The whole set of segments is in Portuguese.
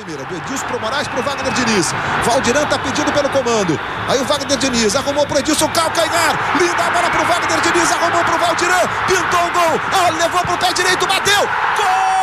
primeira, do Edilson pro Moraes pro Wagner Diniz. Valdirã tá pedindo pelo comando. Aí o Wagner Diniz arrumou pro Edilson, calcanhar. Linda a bola pro Wagner Diniz, arrumou pro Valdirã. Pintou o gol, levou pro pé direito, bateu. Gol!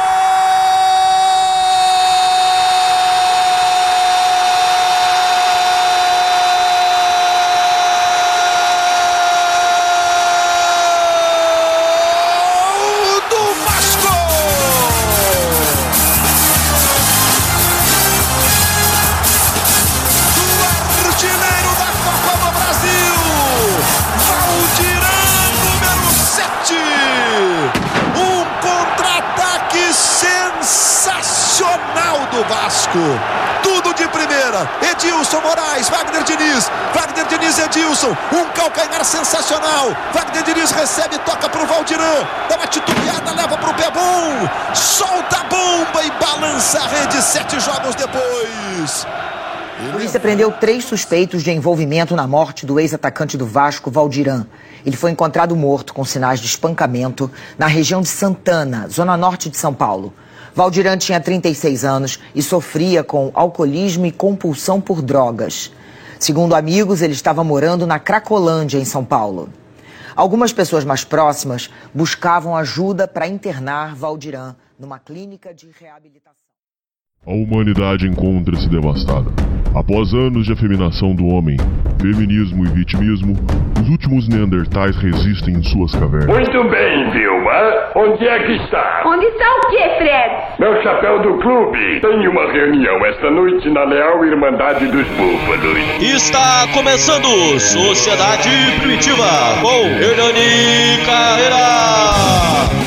Do Vasco, tudo de primeira. Edilson, Moraes, Wagner Diniz, Edilson, um calcanhar sensacional. Wagner Diniz recebe, toca pro Valdirã, dá uma titubeada, leva pro pé bom, solta a bomba e balança a rede 7 jogos depois. A polícia prendeu 3 suspeitos de envolvimento na morte do ex-atacante do Vasco, Valdirã. Ele foi encontrado morto com sinais de espancamento na região de Santana, zona norte de São Paulo. Valdirã tinha 36 anos e sofria com alcoolismo e compulsão por drogas. Segundo amigos, ele estava morando na Cracolândia, em São Paulo. Algumas pessoas mais próximas buscavam ajuda para internar Valdirã numa clínica de reabilitação. A humanidade encontra-se devastada. Após anos de afeminação do homem, feminismo e vitimismo, os últimos neandertais resistem em suas cavernas. Muito bem, Vilma. Onde é que está? Onde está o quê, Fred? Meu chapéu do clube. Tem uma reunião esta noite na Leal Irmandade dos Búfalos. Está começando Sociedade Primitiva com Hernani Carreira.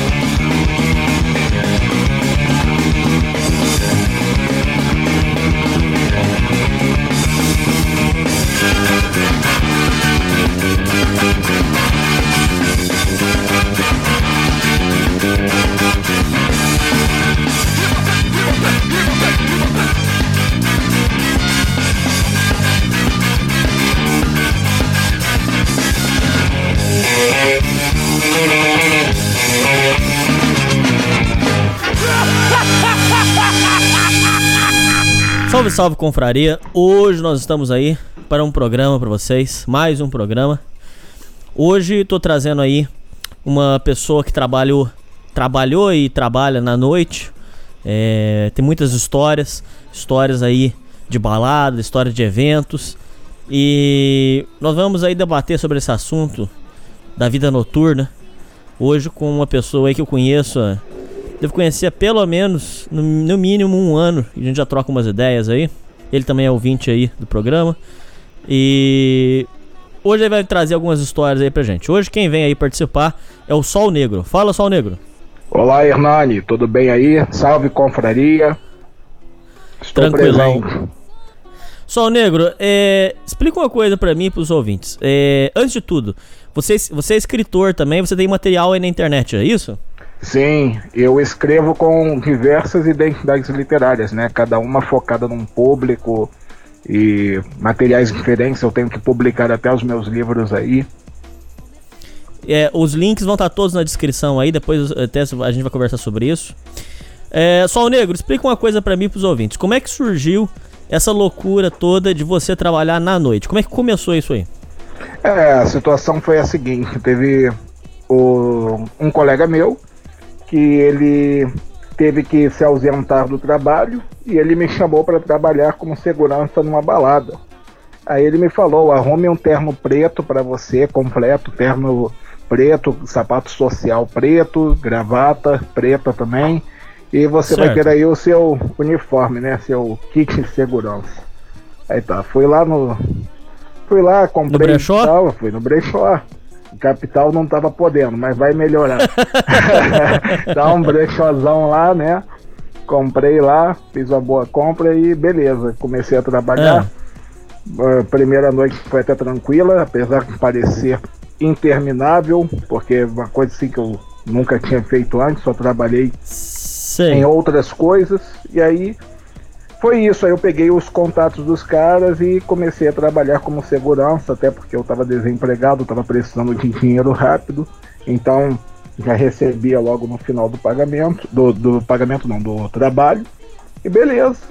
Salve, salve, confraria. Hoje nós estamos aí para um programa para vocês, mais um programa. Hoje tô trazendo aí uma pessoa que trabalhou e trabalha na noite. Tem muitas histórias aí de balada, histórias de eventos. E nós vamos aí debater sobre esse assunto da vida noturna hoje com uma pessoa aí que eu conheço, devo conhecer há pelo menos, no mínimo, 1 ano. A gente já troca umas ideias aí. Ele também é ouvinte aí do programa. E hoje ele vai trazer algumas histórias aí pra gente. Hoje quem vem aí participar é o Sol Negro. Fala, Sol Negro. Olá, Hernani. Tudo bem aí? Salve, confraria. Estou tranquilão. Presente. Sol Negro, explica uma coisa pra mim e pros ouvintes. Antes de tudo, você é escritor também, você tem material aí na internet, é isso? Sim, eu escrevo com diversas identidades literárias, né? Cada uma focada num público e materiais diferentes. Eu tenho que publicar até os meus livros aí. Os links vão estar todos na descrição aí, depois até a gente vai conversar sobre isso. Sol Negro, explica uma coisa pra mim e pros ouvintes. Como é que surgiu essa loucura toda de você trabalhar na noite? Como é que começou isso aí? A situação foi a seguinte. Teve um colega meu que ele teve que se ausentar do trabalho e ele me chamou para trabalhar como segurança numa balada. Aí ele me falou: arrume um terno preto para você, completo, terno preto, sapato social preto, gravata preta também, e você vai ter aí o seu uniforme, né, seu kit de segurança. Aí tá, fui lá, comprei no brechó? Tal, fui no brechó. Capital não tava podendo, mas vai melhorar. Dá um brechózão lá, né? Comprei lá, fiz uma boa compra e beleza, comecei a trabalhar. A primeira noite foi até tranquila, apesar de parecer interminável, porque é uma coisa assim que eu nunca tinha feito antes, só trabalhei em outras coisas. E aí foi isso, aí eu peguei os contatos dos caras e comecei a trabalhar como segurança, até porque eu estava desempregado, estava precisando de dinheiro rápido, então já recebia logo no final do pagamento, do trabalho, e beleza.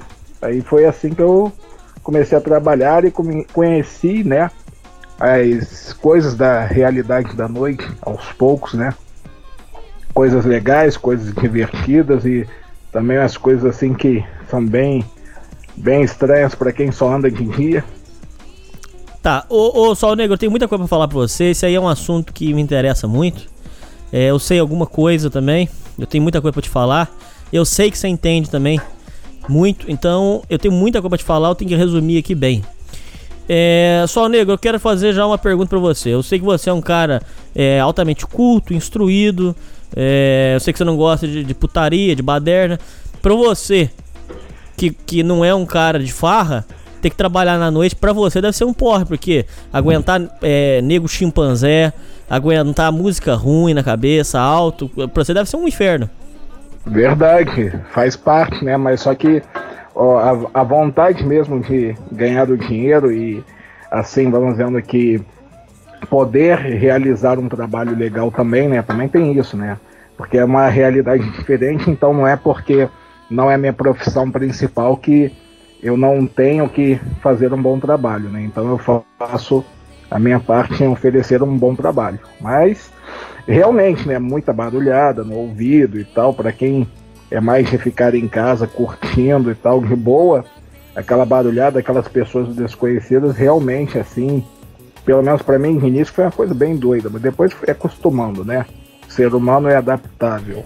Aí foi assim que eu comecei a trabalhar e conheci, né, as coisas da realidade da noite, aos poucos, né? Coisas legais, coisas divertidas e também as coisas assim que são bem estranhas para quem só anda de dia. Tá, ô Sol Negro, eu tenho muita coisa pra falar pra você. Esse aí é um assunto que me interessa muito. Eu sei alguma coisa também. Eu tenho muita coisa pra te falar. Eu sei que você entende também muito. Então, eu tenho muita coisa pra te falar. Eu tenho que resumir aqui bem. Sol Negro, eu quero fazer já uma pergunta pra você. Eu sei que você é um cara altamente culto, instruído. Eu sei que você não gosta de putaria, de baderna. Pra você, que não é um cara de farra, ter que trabalhar na noite, pra você deve ser um porre, porque aguentar nego chimpanzé, aguentar música ruim na cabeça, alto, pra você deve ser um inferno. Verdade, faz parte, né? Mas só que a vontade mesmo de ganhar o dinheiro e, assim, vamos dizendo que poder realizar um trabalho legal também, né? Também tem isso, né? Porque é uma realidade diferente, então não é porque não é minha profissão principal que eu não tenho que fazer um bom trabalho, né? Então eu faço a minha parte em oferecer um bom trabalho. Mas realmente, né, muita barulhada no ouvido e tal, para quem é mais de ficar em casa curtindo e tal, de boa, aquela barulhada, aquelas pessoas desconhecidas, realmente assim, pelo menos para mim, no início foi uma coisa bem doida, mas depois foi acostumando, né? O ser humano é adaptável.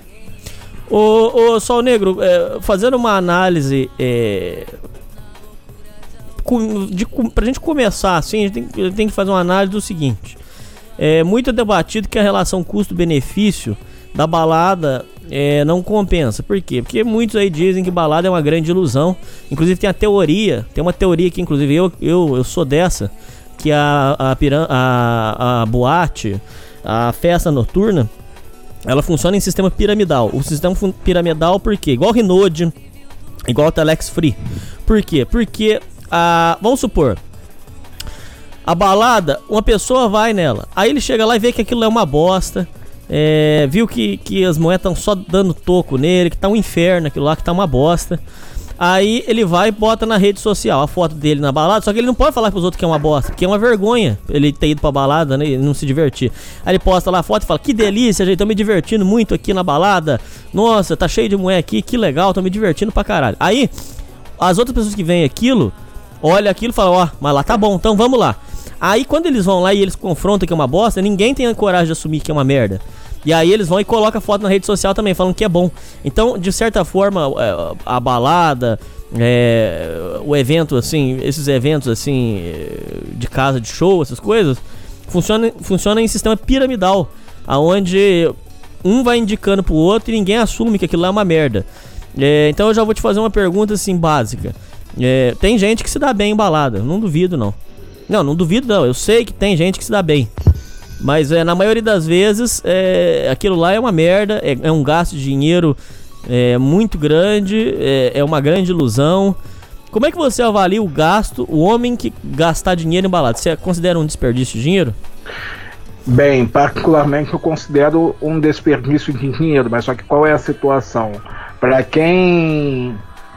Ô Sol Negro, fazendo uma análise pra gente começar assim, a gente tem que fazer uma análise do seguinte. É muito debatido que a relação custo-benefício da balada não compensa. Por quê? Porque muitos aí dizem que balada é uma grande ilusão. Inclusive tem uma teoria que inclusive eu sou dessa, que a boate, a festa noturna, ela funciona em sistema piramidal. O sistema piramidal por quê? Igual o Rinode, igual o Telex Free. Por quê? Porque, vamos supor, a balada, uma pessoa vai nela, aí ele chega lá e vê que aquilo é uma bosta, viu que as moedas estão só dando toco nele, que tá um inferno aquilo lá, que tá uma bosta. Aí ele vai e bota na rede social a foto dele na balada, só que ele não pode falar pros outros que é uma bosta, porque é uma vergonha ele ter ido pra balada, né, e não se divertir. Aí ele posta lá a foto e fala: que delícia, gente, tô me divertindo muito aqui na balada. Nossa, tá cheio de mulher aqui, que legal, tô me divertindo pra caralho. Aí, as outras pessoas que veem aquilo, olham aquilo e falam: mas lá tá bom, então vamos lá. Aí quando eles vão lá e eles confrontam que é uma bosta, ninguém tem a coragem de assumir que é uma merda. E aí eles vão e colocam a foto na rede social também, falando que é bom. Então, de certa forma, a balada, o evento, assim, esses eventos, assim, de casa de show, essas coisas, funciona em sistema piramidal, aonde um vai indicando pro outro e ninguém assume que aquilo lá é uma merda. Então eu já vou te fazer uma pergunta, assim, básica. Tem gente que se dá bem em balada, não duvido, não. Não duvido, não. Eu sei que tem gente que se dá bem. Mas na maioria das vezes aquilo lá é uma merda, é um gasto de dinheiro muito grande, é uma grande ilusão. Como é que você avalia o homem que gastar dinheiro em balada? Você considera um desperdício de dinheiro? Bem, particularmente eu considero um desperdício de dinheiro, mas só que qual é a situação? Para quem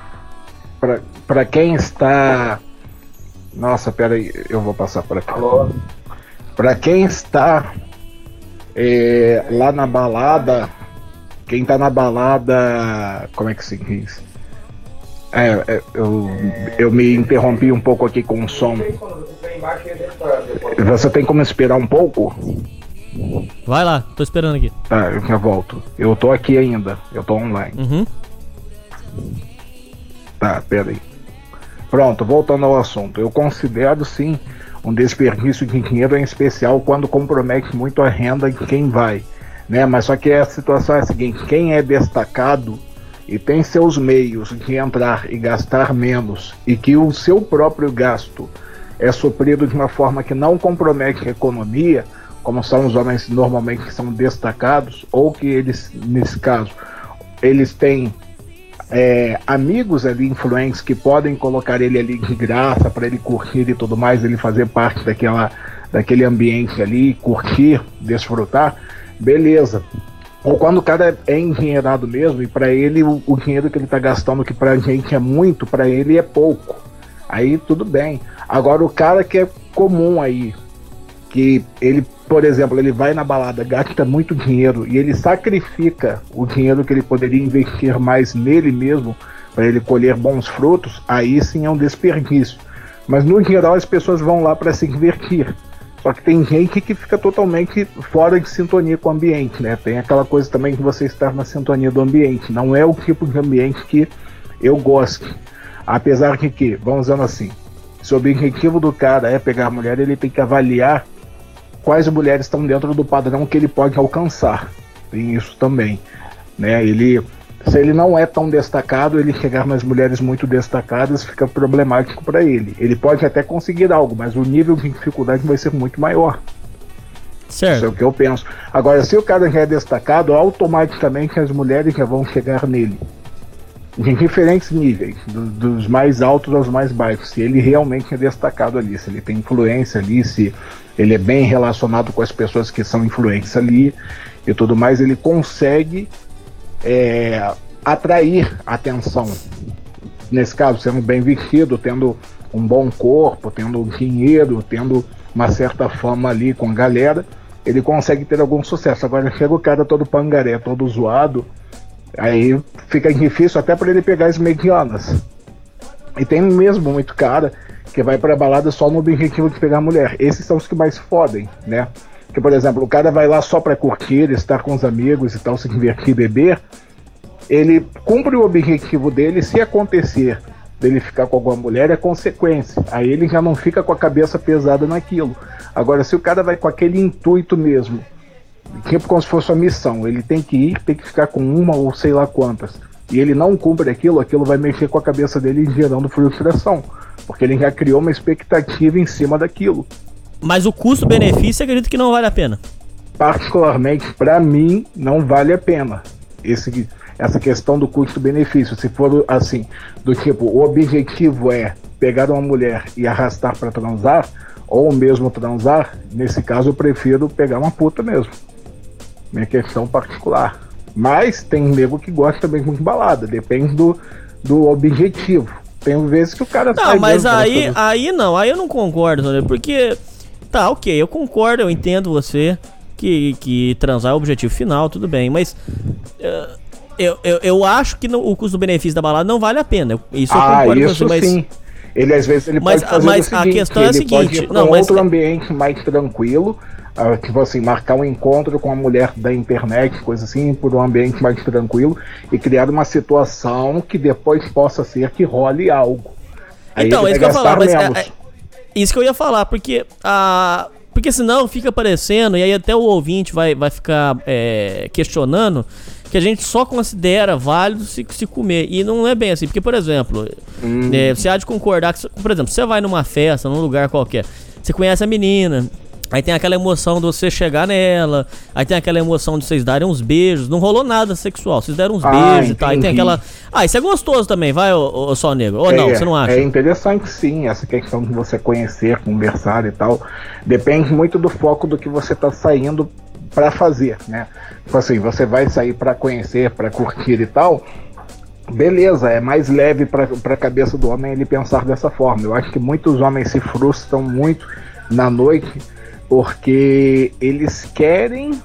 está... Nossa, peraí, eu vou passar por aqui. Para quem está lá na balada, quem tá na balada, como é que se diz? Eu me interrompi um pouco aqui com o som. Você tem como esperar um pouco? Vai lá, tô esperando aqui. Tá, eu já volto. Eu tô aqui ainda, eu tô online. Uhum. Tá, peraí. Pronto, voltando ao assunto. Eu considero sim um desperdício de dinheiro, em especial quando compromete muito a renda de quem vai, né? Mas só que a situação é a seguinte: quem é destacado e tem seus meios de entrar e gastar menos, e que o seu próprio gasto é suprido de uma forma que não compromete a economia, como são os homens normalmente que são destacados, ou que eles, nesse caso, eles têm amigos ali, influentes, que podem colocar ele ali de graça para ele curtir e tudo mais, ele fazer parte daquele ambiente ali, curtir, desfrutar, beleza. Ou quando o cara é endinheirado mesmo, e pra ele o dinheiro que ele tá gastando, que pra gente é muito, pra ele é pouco. Aí tudo bem. Agora o cara que é comum aí, que ele, por exemplo, ele vai na balada, gasta muito dinheiro e ele sacrifica o dinheiro que ele poderia investir mais nele mesmo para ele colher bons frutos, aí sim é um desperdício. Mas no geral as pessoas vão lá para se divertir. Só que tem gente que fica totalmente fora de sintonia com o ambiente, né? Tem aquela coisa também de você estar na sintonia do ambiente. Não é o tipo de ambiente que eu gosto. Apesar de que, vamos dizendo assim, se o objetivo do cara é pegar a mulher, ele tem que avaliar quais mulheres estão dentro do padrão que ele pode alcançar. Tem isso também, né? Se ele não é tão destacado, ele chegar nas mulheres muito destacadas fica problemático para ele. Ele pode até conseguir algo, mas o nível de dificuldade vai ser muito maior. Certo. Isso é o que eu penso. Agora, se o cara já é destacado, automaticamente as mulheres já vão chegar nele. Em diferentes níveis, dos mais altos aos mais baixos. Se ele realmente é destacado ali, se ele tem influência ali, se ele é bem relacionado com as pessoas que são influentes ali e tudo mais, ele consegue atrair atenção. Nesse caso, sendo bem vestido, tendo um bom corpo, tendo dinheiro, tendo uma certa fama ali com a galera, ele consegue ter algum sucesso. Agora chega o cara todo pangaré, todo zoado, aí fica difícil até para ele pegar as medianas. E tem mesmo muito cara que vai pra balada só no objetivo de pegar mulher. Esses são os que mais fodem, né? Que, por exemplo, o cara vai lá só pra curtir, estar com os amigos e tal, se divertir, beber. Ele cumpre o objetivo dele. Se acontecer dele ficar com alguma mulher, é consequência. Aí ele já não fica com a cabeça pesada naquilo. Agora, se o cara vai com aquele intuito mesmo, tipo como se fosse uma missão, ele tem que ir, tem que ficar com uma ou sei lá quantas, e ele não cumpre aquilo vai mexer com a cabeça dele, gerando frustração, porque ele já criou uma expectativa em cima daquilo. Mas o custo-benefício, acredito que não vale a pena. Particularmente, para mim, não vale a pena. Essa questão do custo-benefício, se for assim, do tipo, o objetivo é pegar uma mulher e arrastar para transar, ou mesmo transar, nesse caso eu prefiro pegar uma puta mesmo. Minha questão particular. Mas tem nego que gosta mesmo de balada, depende do objetivo. Tem vezes que o cara... Não, mas aí eu não concordo, né? Porque, tá, ok, eu concordo, eu entendo você que transar é o objetivo final, tudo bem, mas eu acho que o custo-benefício da balada não vale a pena. Isso eu concordo com você, mas... Sim. Ele às vezes pode fazer o seguinte, a questão é a seguinte, pode ir para outro ambiente mais tranquilo, tipo assim, marcar um encontro com uma mulher da internet, coisa assim, por um ambiente mais tranquilo, e criar uma situação que depois possa ser que role algo. Aí então, é isso que eu ia falar, mas isso que eu ia falar, porque senão fica parecendo, e aí até o ouvinte vai ficar questionando, que a gente só considera válido se comer. E não é bem assim. Porque, por exemplo, você há de concordar que, por exemplo, você vai numa festa, num lugar qualquer, você conhece a menina, aí tem aquela emoção de você chegar nela, aí tem aquela emoção de vocês darem uns beijos. Não rolou nada sexual, vocês deram uns beijos e tal. Aí tem aquela... isso é gostoso também, vai, ô Sol Negro? Ou não, você não acha? É interessante sim, essa questão de você conhecer, conversar e tal. Depende muito do foco do que você tá saindo para fazer, né? Tipo assim, você vai sair para conhecer, para curtir e tal, beleza, é mais leve para a cabeça do homem ele pensar dessa forma. Eu acho que muitos homens se frustram muito na noite porque eles querem,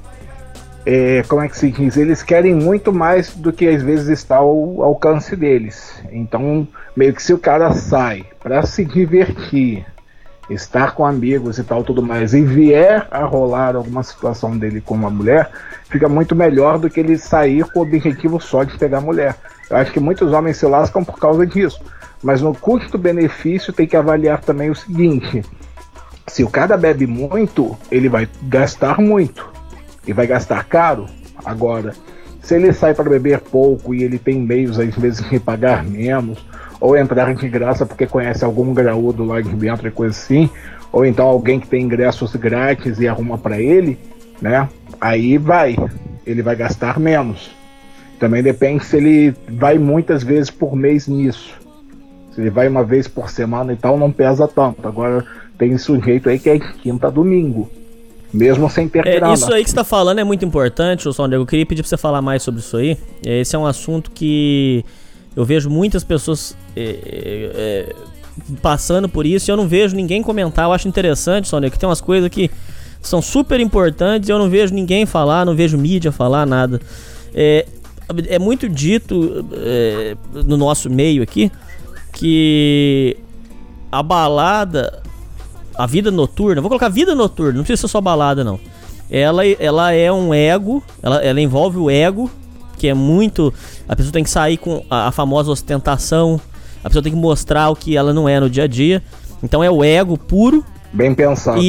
como é que se diz? Eles querem muito mais do que às vezes está ao alcance deles. Então, meio que se o cara sai para se divertir, estar com amigos e tal, tudo mais, e vier a rolar alguma situação dele com uma mulher, fica muito melhor do que ele sair com o objetivo só de pegar mulher. Eu acho que muitos homens se lascam por causa disso. Mas no custo-benefício tem que avaliar também o seguinte: se o cara bebe muito, ele vai gastar muito e vai gastar caro. Agora, se ele sai para beber pouco e ele tem meios às vezes de pagar menos, ou entrar de graça porque conhece algum graúdo lá de dentro e coisa assim, ou então alguém que tem ingressos grátis e arruma para ele, né? Aí ele vai gastar menos. Também depende se ele vai muitas vezes por mês nisso. Se ele vai uma vez por semana e tal, não pesa tanto. Agora tem sujeito aí que é de quinta a domingo. mesmo sem ter grana. Isso aí que você tá falando é muito importante, São Diego. Eu queria pedir pra você falar mais sobre isso aí. Esse é um assunto que eu vejo muitas pessoas passando por isso e eu não vejo ninguém comentar. Eu acho interessante, São Diego, que tem umas coisas que são super importantes e eu não vejo ninguém falar, não vejo mídia falar, nada. É muito dito no nosso meio aqui que a balada, a vida noturna, vou colocar vida noturna, não precisa ser só balada não. Ela é um ego, ela envolve o ego, que é muito... A pessoa tem que sair com a famosa ostentação, a pessoa tem que mostrar o que ela não é no dia a dia. Então é o ego puro. Bem pensado.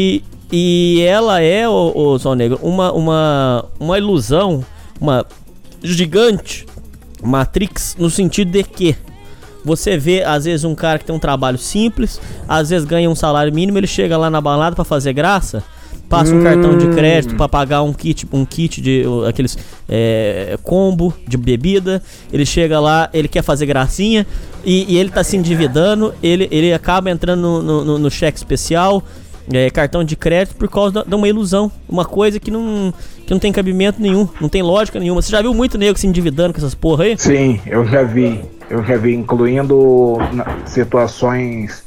E ela é, o Sol Negro, uma ilusão, uma gigante Matrix, no sentido de que você vê, às vezes, um cara que tem um trabalho simples, às vezes ganha um salário mínimo, ele chega lá na balada pra fazer graça, passa um cartão de crédito pra pagar um kit de aqueles combo de bebida, ele chega lá, ele quer fazer gracinha e ele tá se endividando, ele acaba entrando no cheque especial, cartão de crédito por causa de uma ilusão, uma coisa que não tem cabimento nenhum, não tem lógica nenhuma. Você já viu muito nego se endividando com essas porra aí? Sim, eu já vi, incluindo situações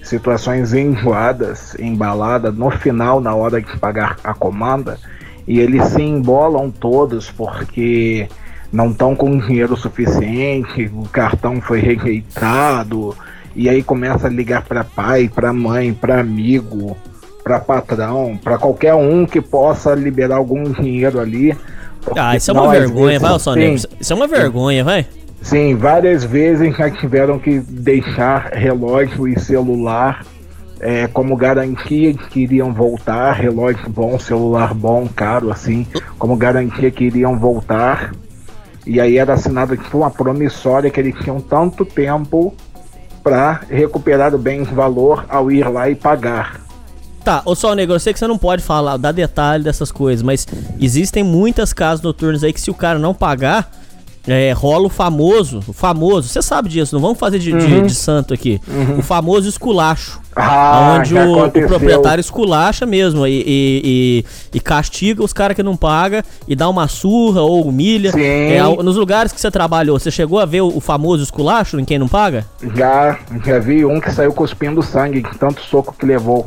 enjoadas, embalada no final, na hora de pagar a comanda, e eles se embolam todos porque não estão com dinheiro suficiente, o cartão foi rejeitado, e aí começa a ligar para pai, para mãe, para amigo, para patrão, para qualquer um que possa liberar algum dinheiro ali. Isso é uma vergonha, vai, Alçoneiro. Isso é uma vergonha, vai. Sim, várias vezes já tiveram que deixar relógio e celular como garantia de que iriam voltar, relógio bom, celular bom, caro assim, como garantia que iriam voltar. E aí era assinado tipo uma promissória que eles tinham tanto tempo para recuperar o bem de valor ao ir lá e pagar. Tá, ô Sol Negro, eu sei que você não pode falar, dar detalhe dessas coisas, mas existem muitas casas noturnas aí que se o cara não pagar, rola o famoso, você sabe disso, não vamos fazer de santo aqui, o famoso esculacho, onde o proprietário esculacha mesmo e castiga os caras que não pagam e dá uma surra ou humilha. Nos lugares que você trabalhou, você chegou a ver o famoso esculacho em quem não paga? Já vi um que saiu cuspindo sangue de tanto soco que levou.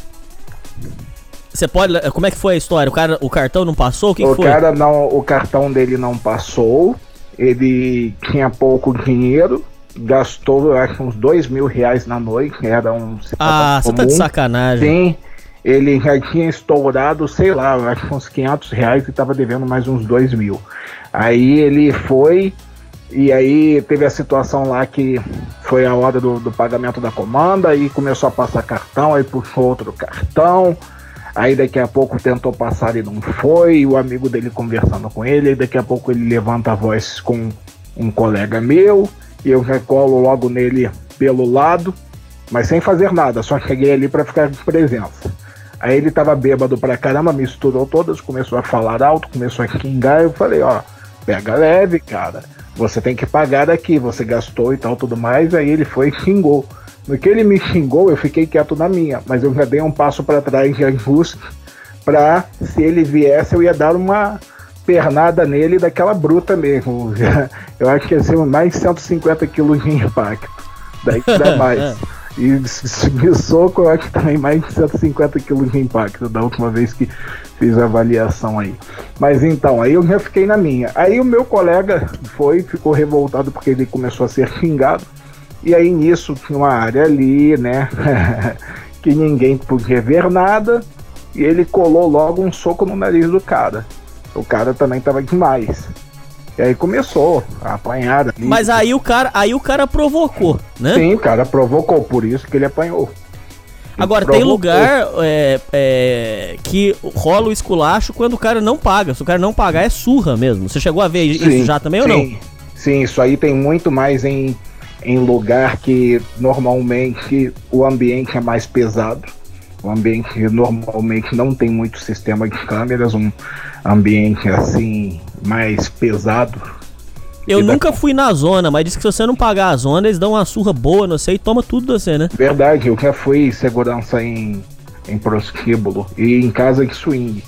Você pode... Como é que foi a história? O cartão não passou? O que foi? O cartão dele não passou. Ele tinha pouco dinheiro. Gastou, eu acho, uns R$2.000 na noite. Era você tá de sacanagem. Sim. Ele já tinha estourado, sei lá, eu acho uns R$500 e tava devendo mais uns 2.000. Aí ele foi... E aí teve a situação lá que foi a hora do pagamento da comanda. Aí começou a passar cartão. Aí puxou outro cartão. Aí daqui a pouco tentou passar e não foi, o amigo dele conversando com ele, aí daqui a pouco ele levanta a voz com um colega meu, e eu já colo logo nele pelo lado, mas sem fazer nada, só cheguei ali para ficar de presença. Aí ele tava bêbado pra caramba, misturou todas, começou a falar alto, começou a xingar, eu falei, pega leve, cara, você tem que pagar daqui, você gastou e tal, tudo mais. Aí ele foi e xingou. No que ele me xingou, eu fiquei quieto na minha, mas eu já dei um passo para trás de ajuste para, se ele viesse, eu ia dar uma pernada nele daquela bruta mesmo. Eu acho que ia ser mais de 150 quilos de impacto, daí dá mais. E de soco, eu acho que também mais de 150 quilos de impacto, da última vez que fiz a avaliação aí. Mas então, aí eu já fiquei na minha. Aí o meu colega ficou revoltado porque ele começou a ser xingado. E aí nisso tinha uma área ali, né, que ninguém podia ver nada, e ele colou logo um soco no nariz do cara. O cara também tava demais. E aí começou a apanhar ali. Mas aí o cara provocou, né? Sim, o cara provocou, por isso que ele apanhou. Agora, tem lugar que rola o esculacho quando o cara não paga. Se o cara não pagar, é surra mesmo. Você chegou a ver isso já também ou não? Sim, isso aí tem muito mais em lugar que normalmente o ambiente é mais pesado. O ambiente normalmente não tem muito sistema de câmeras, um ambiente assim mais pesado. Eu nunca fui na zona, mas diz que se você não pagar a zona, eles dão uma surra boa, não sei, e toma tudo de você, né? Verdade, eu já fui segurança em em prostíbulo e em casa de swing.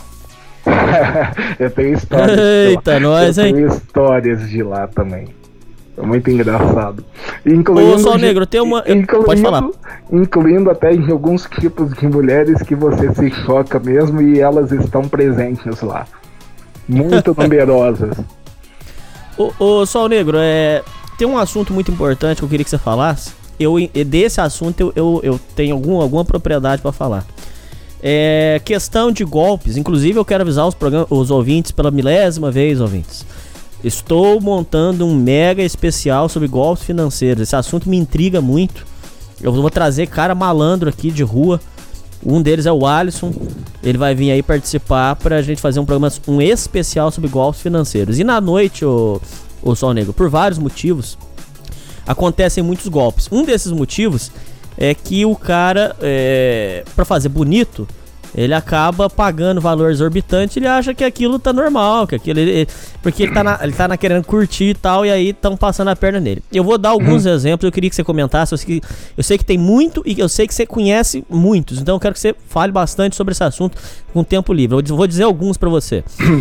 Eu tenho histórias. Eita, nós, hein? Eu tenho histórias de lá também. É muito engraçado. Ô, Sol Negro, tem uma. Pode falar. Incluindo até em alguns tipos de mulheres que você se choca mesmo e elas estão presentes lá. Muito numerosas. Ô, Sol Negro, tem um assunto muito importante que eu queria que você falasse. Desse assunto eu tenho alguma propriedade para falar. Questão de golpes. Inclusive eu quero avisar os ouvintes pela 1000ª vez, ouvintes. Estou montando um mega especial sobre golpes financeiros. Esse assunto me intriga muito. Eu vou trazer cara malandro aqui de rua. Um deles é o Alisson. Ele vai vir aí participar pra gente fazer um especial sobre golpes financeiros. E na noite, o Sol Negro, por vários motivos, acontecem muitos golpes. Um desses motivos é que o cara, pra fazer bonito, ele acaba pagando valor exorbitante. Ele acha que aquilo tá normal, que aquilo porque ele tá querendo curtir e tal, e aí estão passando a perna nele. Eu vou dar alguns exemplos, eu queria que você comentasse. Eu sei que tem muito e eu sei que você conhece muitos, então eu quero que você fale bastante sobre esse assunto com tempo livre. Eu vou dizer alguns pra você.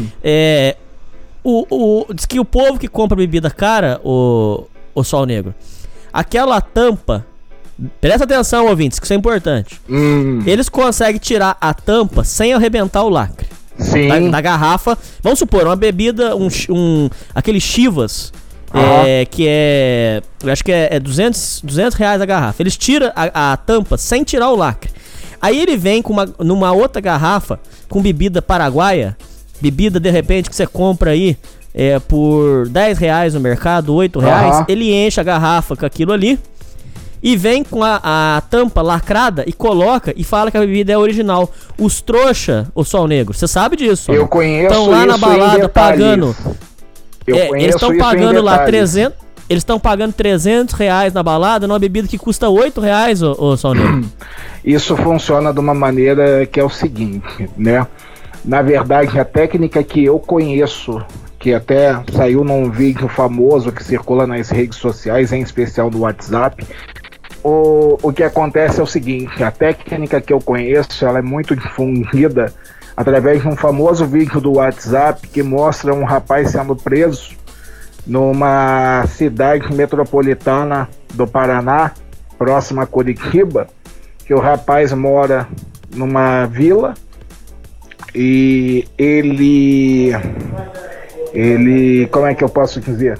Diz que o povo que compra bebida cara, o Sol Negro, aquela tampa, presta atenção, ouvintes, que isso é importante. Eles conseguem tirar a tampa sem arrebentar o lacre. Sim. Da garrafa. Vamos supor, uma bebida, aquele Chivas, que eu acho que é 200 reais a garrafa. Eles tiram a tampa sem tirar o lacre. Aí ele vem numa outra garrafa com bebida paraguaia, bebida de repente que você compra aí por 10 reais no mercado, 8 reais. Ele enche a garrafa com aquilo ali e vem com a tampa lacrada e coloca e fala que a bebida é original. Os trouxa, o Sol Negro, você sabe disso? Eu conheço. Estão lá na balada pagando. Eles estão pagando lá 300. Eles estão pagando 300 reais na balada numa bebida que custa 8 reais, o Sol Negro. Isso funciona de uma maneira que é o seguinte, né? Na verdade, a técnica que eu conheço, que até saiu num vídeo famoso que circula nas redes sociais, em especial no WhatsApp. O que acontece é o seguinte: a técnica que eu conheço, ela é muito difundida através de um famoso vídeo do WhatsApp que mostra um rapaz sendo preso numa cidade metropolitana do Paraná, próxima a Curitiba, que o rapaz mora numa vila e ele, como é que eu posso dizer?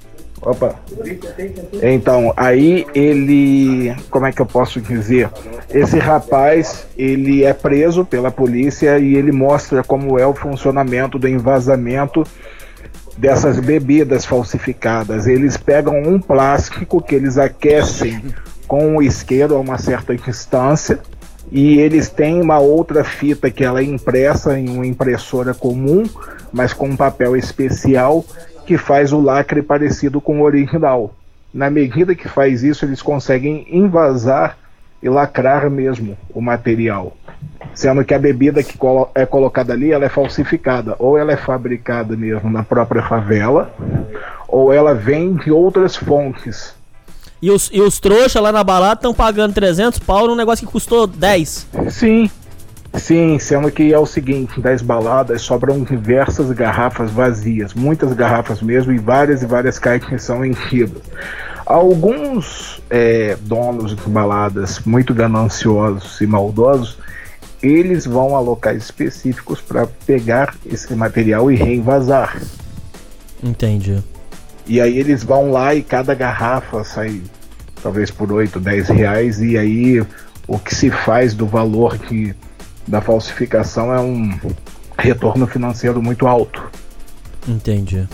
Então, aí ele, como é que eu posso dizer? Esse rapaz, ele é preso pela polícia e ele mostra como é o funcionamento do envasamento dessas bebidas falsificadas. Eles pegam um plástico que eles aquecem com um isqueiro a uma certa distância e eles têm uma outra fita que ela é impressa em uma impressora comum, mas com um papel especial que faz o lacre parecido com o original. Na medida que faz isso, eles conseguem envasar e lacrar mesmo o material, sendo que a bebida que é colocada ali, ela é falsificada, ou ela é fabricada mesmo na própria favela, ou ela vem de outras fontes. E os trouxas lá na balada estão pagando 300 pau num negócio que custou 10. Sim, sendo que é o seguinte: das baladas sobram diversas garrafas vazias, muitas garrafas mesmo, e várias caixas são enchidas. Alguns donos de baladas muito gananciosos e maldosos, eles vão a locais específicos para pegar esse material e reenvasar. Entendi. E aí eles vão lá e cada garrafa sai talvez por 8, 10 reais, e aí o que se faz do valor da falsificação é um retorno financeiro muito alto. Entendi.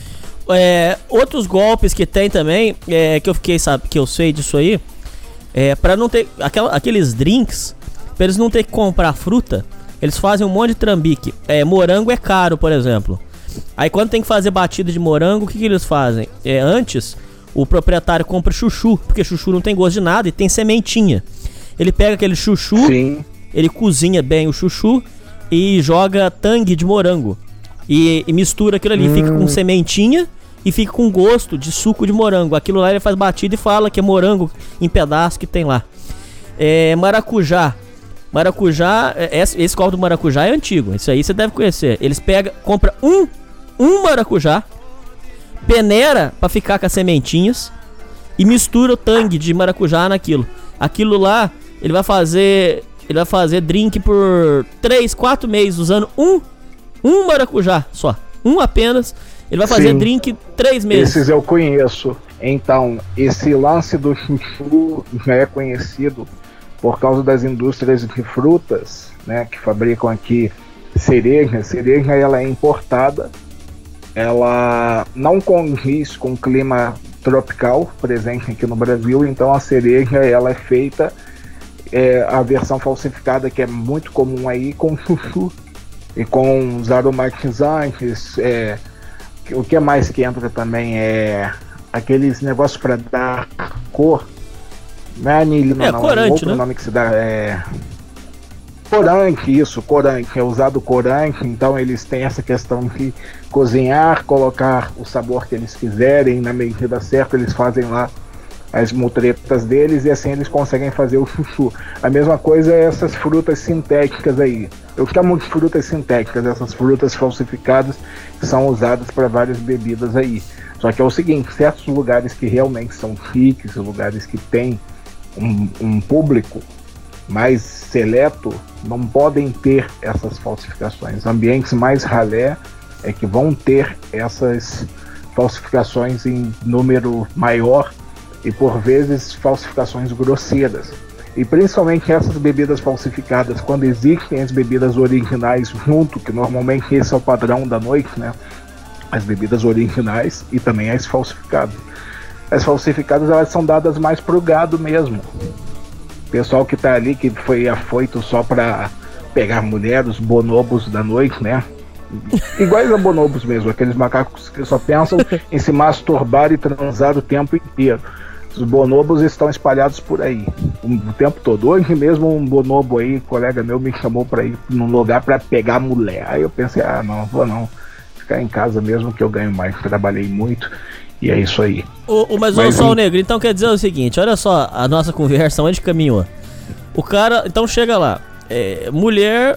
Outros golpes que tem também, que eu sei disso aí, para não ter aqueles drinks, para eles não ter que comprar fruta, eles fazem um monte de trambique. Morango é caro, por exemplo. Aí quando tem que fazer batida de morango, o que eles fazem? Antes, o proprietário compra chuchu, porque chuchu não tem gosto de nada e tem sementinha. Ele pega aquele chuchu, sim, ele cozinha bem o chuchu e joga tangue de morango. E mistura aquilo ali, fica com sementinha e fica com gosto de suco de morango. Aquilo lá ele faz batida e fala que é morango em pedaço que tem lá. Maracujá. Maracujá, esse copo do maracujá é antigo. Isso aí você deve conhecer. Eles compram um maracujá, peneira pra ficar com as sementinhas e mistura o tangue de maracujá naquilo. Aquilo lá, ele vai fazer drink por 3, 4 meses usando um maracujá só. Um apenas. Ele vai fazer drink 3 meses. Esses eu conheço. Então, esse lance do chuchu já é conhecido por causa das indústrias de frutas, né, que fabricam aqui cereja. Cereja, ela é importada. Ela não condiz com o clima tropical presente aqui no Brasil, então a cereja ela é feita, a versão falsificada que é muito comum aí, com chuchu e com os aromatizantes. O que mais que entra também é aqueles negócios para dar cor, não é anilina, não, corante, outro, né? Nome que se dá corante, isso, corante, é usado corante, então eles têm essa questão de cozinhar, colocar o sabor que eles quiserem, na medida certa eles fazem lá as mutretas deles e assim eles conseguem fazer o chuchu. A mesma coisa é essas frutas sintéticas aí. Eu chamo de frutas sintéticas, essas frutas falsificadas que são usadas para várias bebidas aí. Só que é o seguinte, certos lugares que realmente são chiques, lugares que têm um público mais seleto, não podem ter essas falsificações. Ambientes mais ralé é que vão ter essas falsificações em número maior e por vezes falsificações grosseiras. E principalmente essas bebidas falsificadas, quando existem as bebidas originais junto, que normalmente esse é o padrão da noite, né? As bebidas originais e também as falsificadas. As falsificadas, elas são dadas mais pro gado mesmo. O pessoal que tá ali, que foi afoito só pra pegar mulher, os bonobos da noite, né? Iguais a bonobos mesmo, aqueles macacos que só pensam em se masturbar e transar o tempo inteiro. Os bonobos estão espalhados por aí o tempo todo. Hoje mesmo um bonobo aí, um colega meu, me chamou pra ir num lugar pra pegar mulher. Aí eu pensei, não vou não, ficar em casa mesmo que eu ganho mais, trabalhei muito. E é isso aí. Mas olha só, o Negro, então quer dizer o seguinte, olha só a nossa conversa, onde caminhou. O cara, então chega lá, mulher,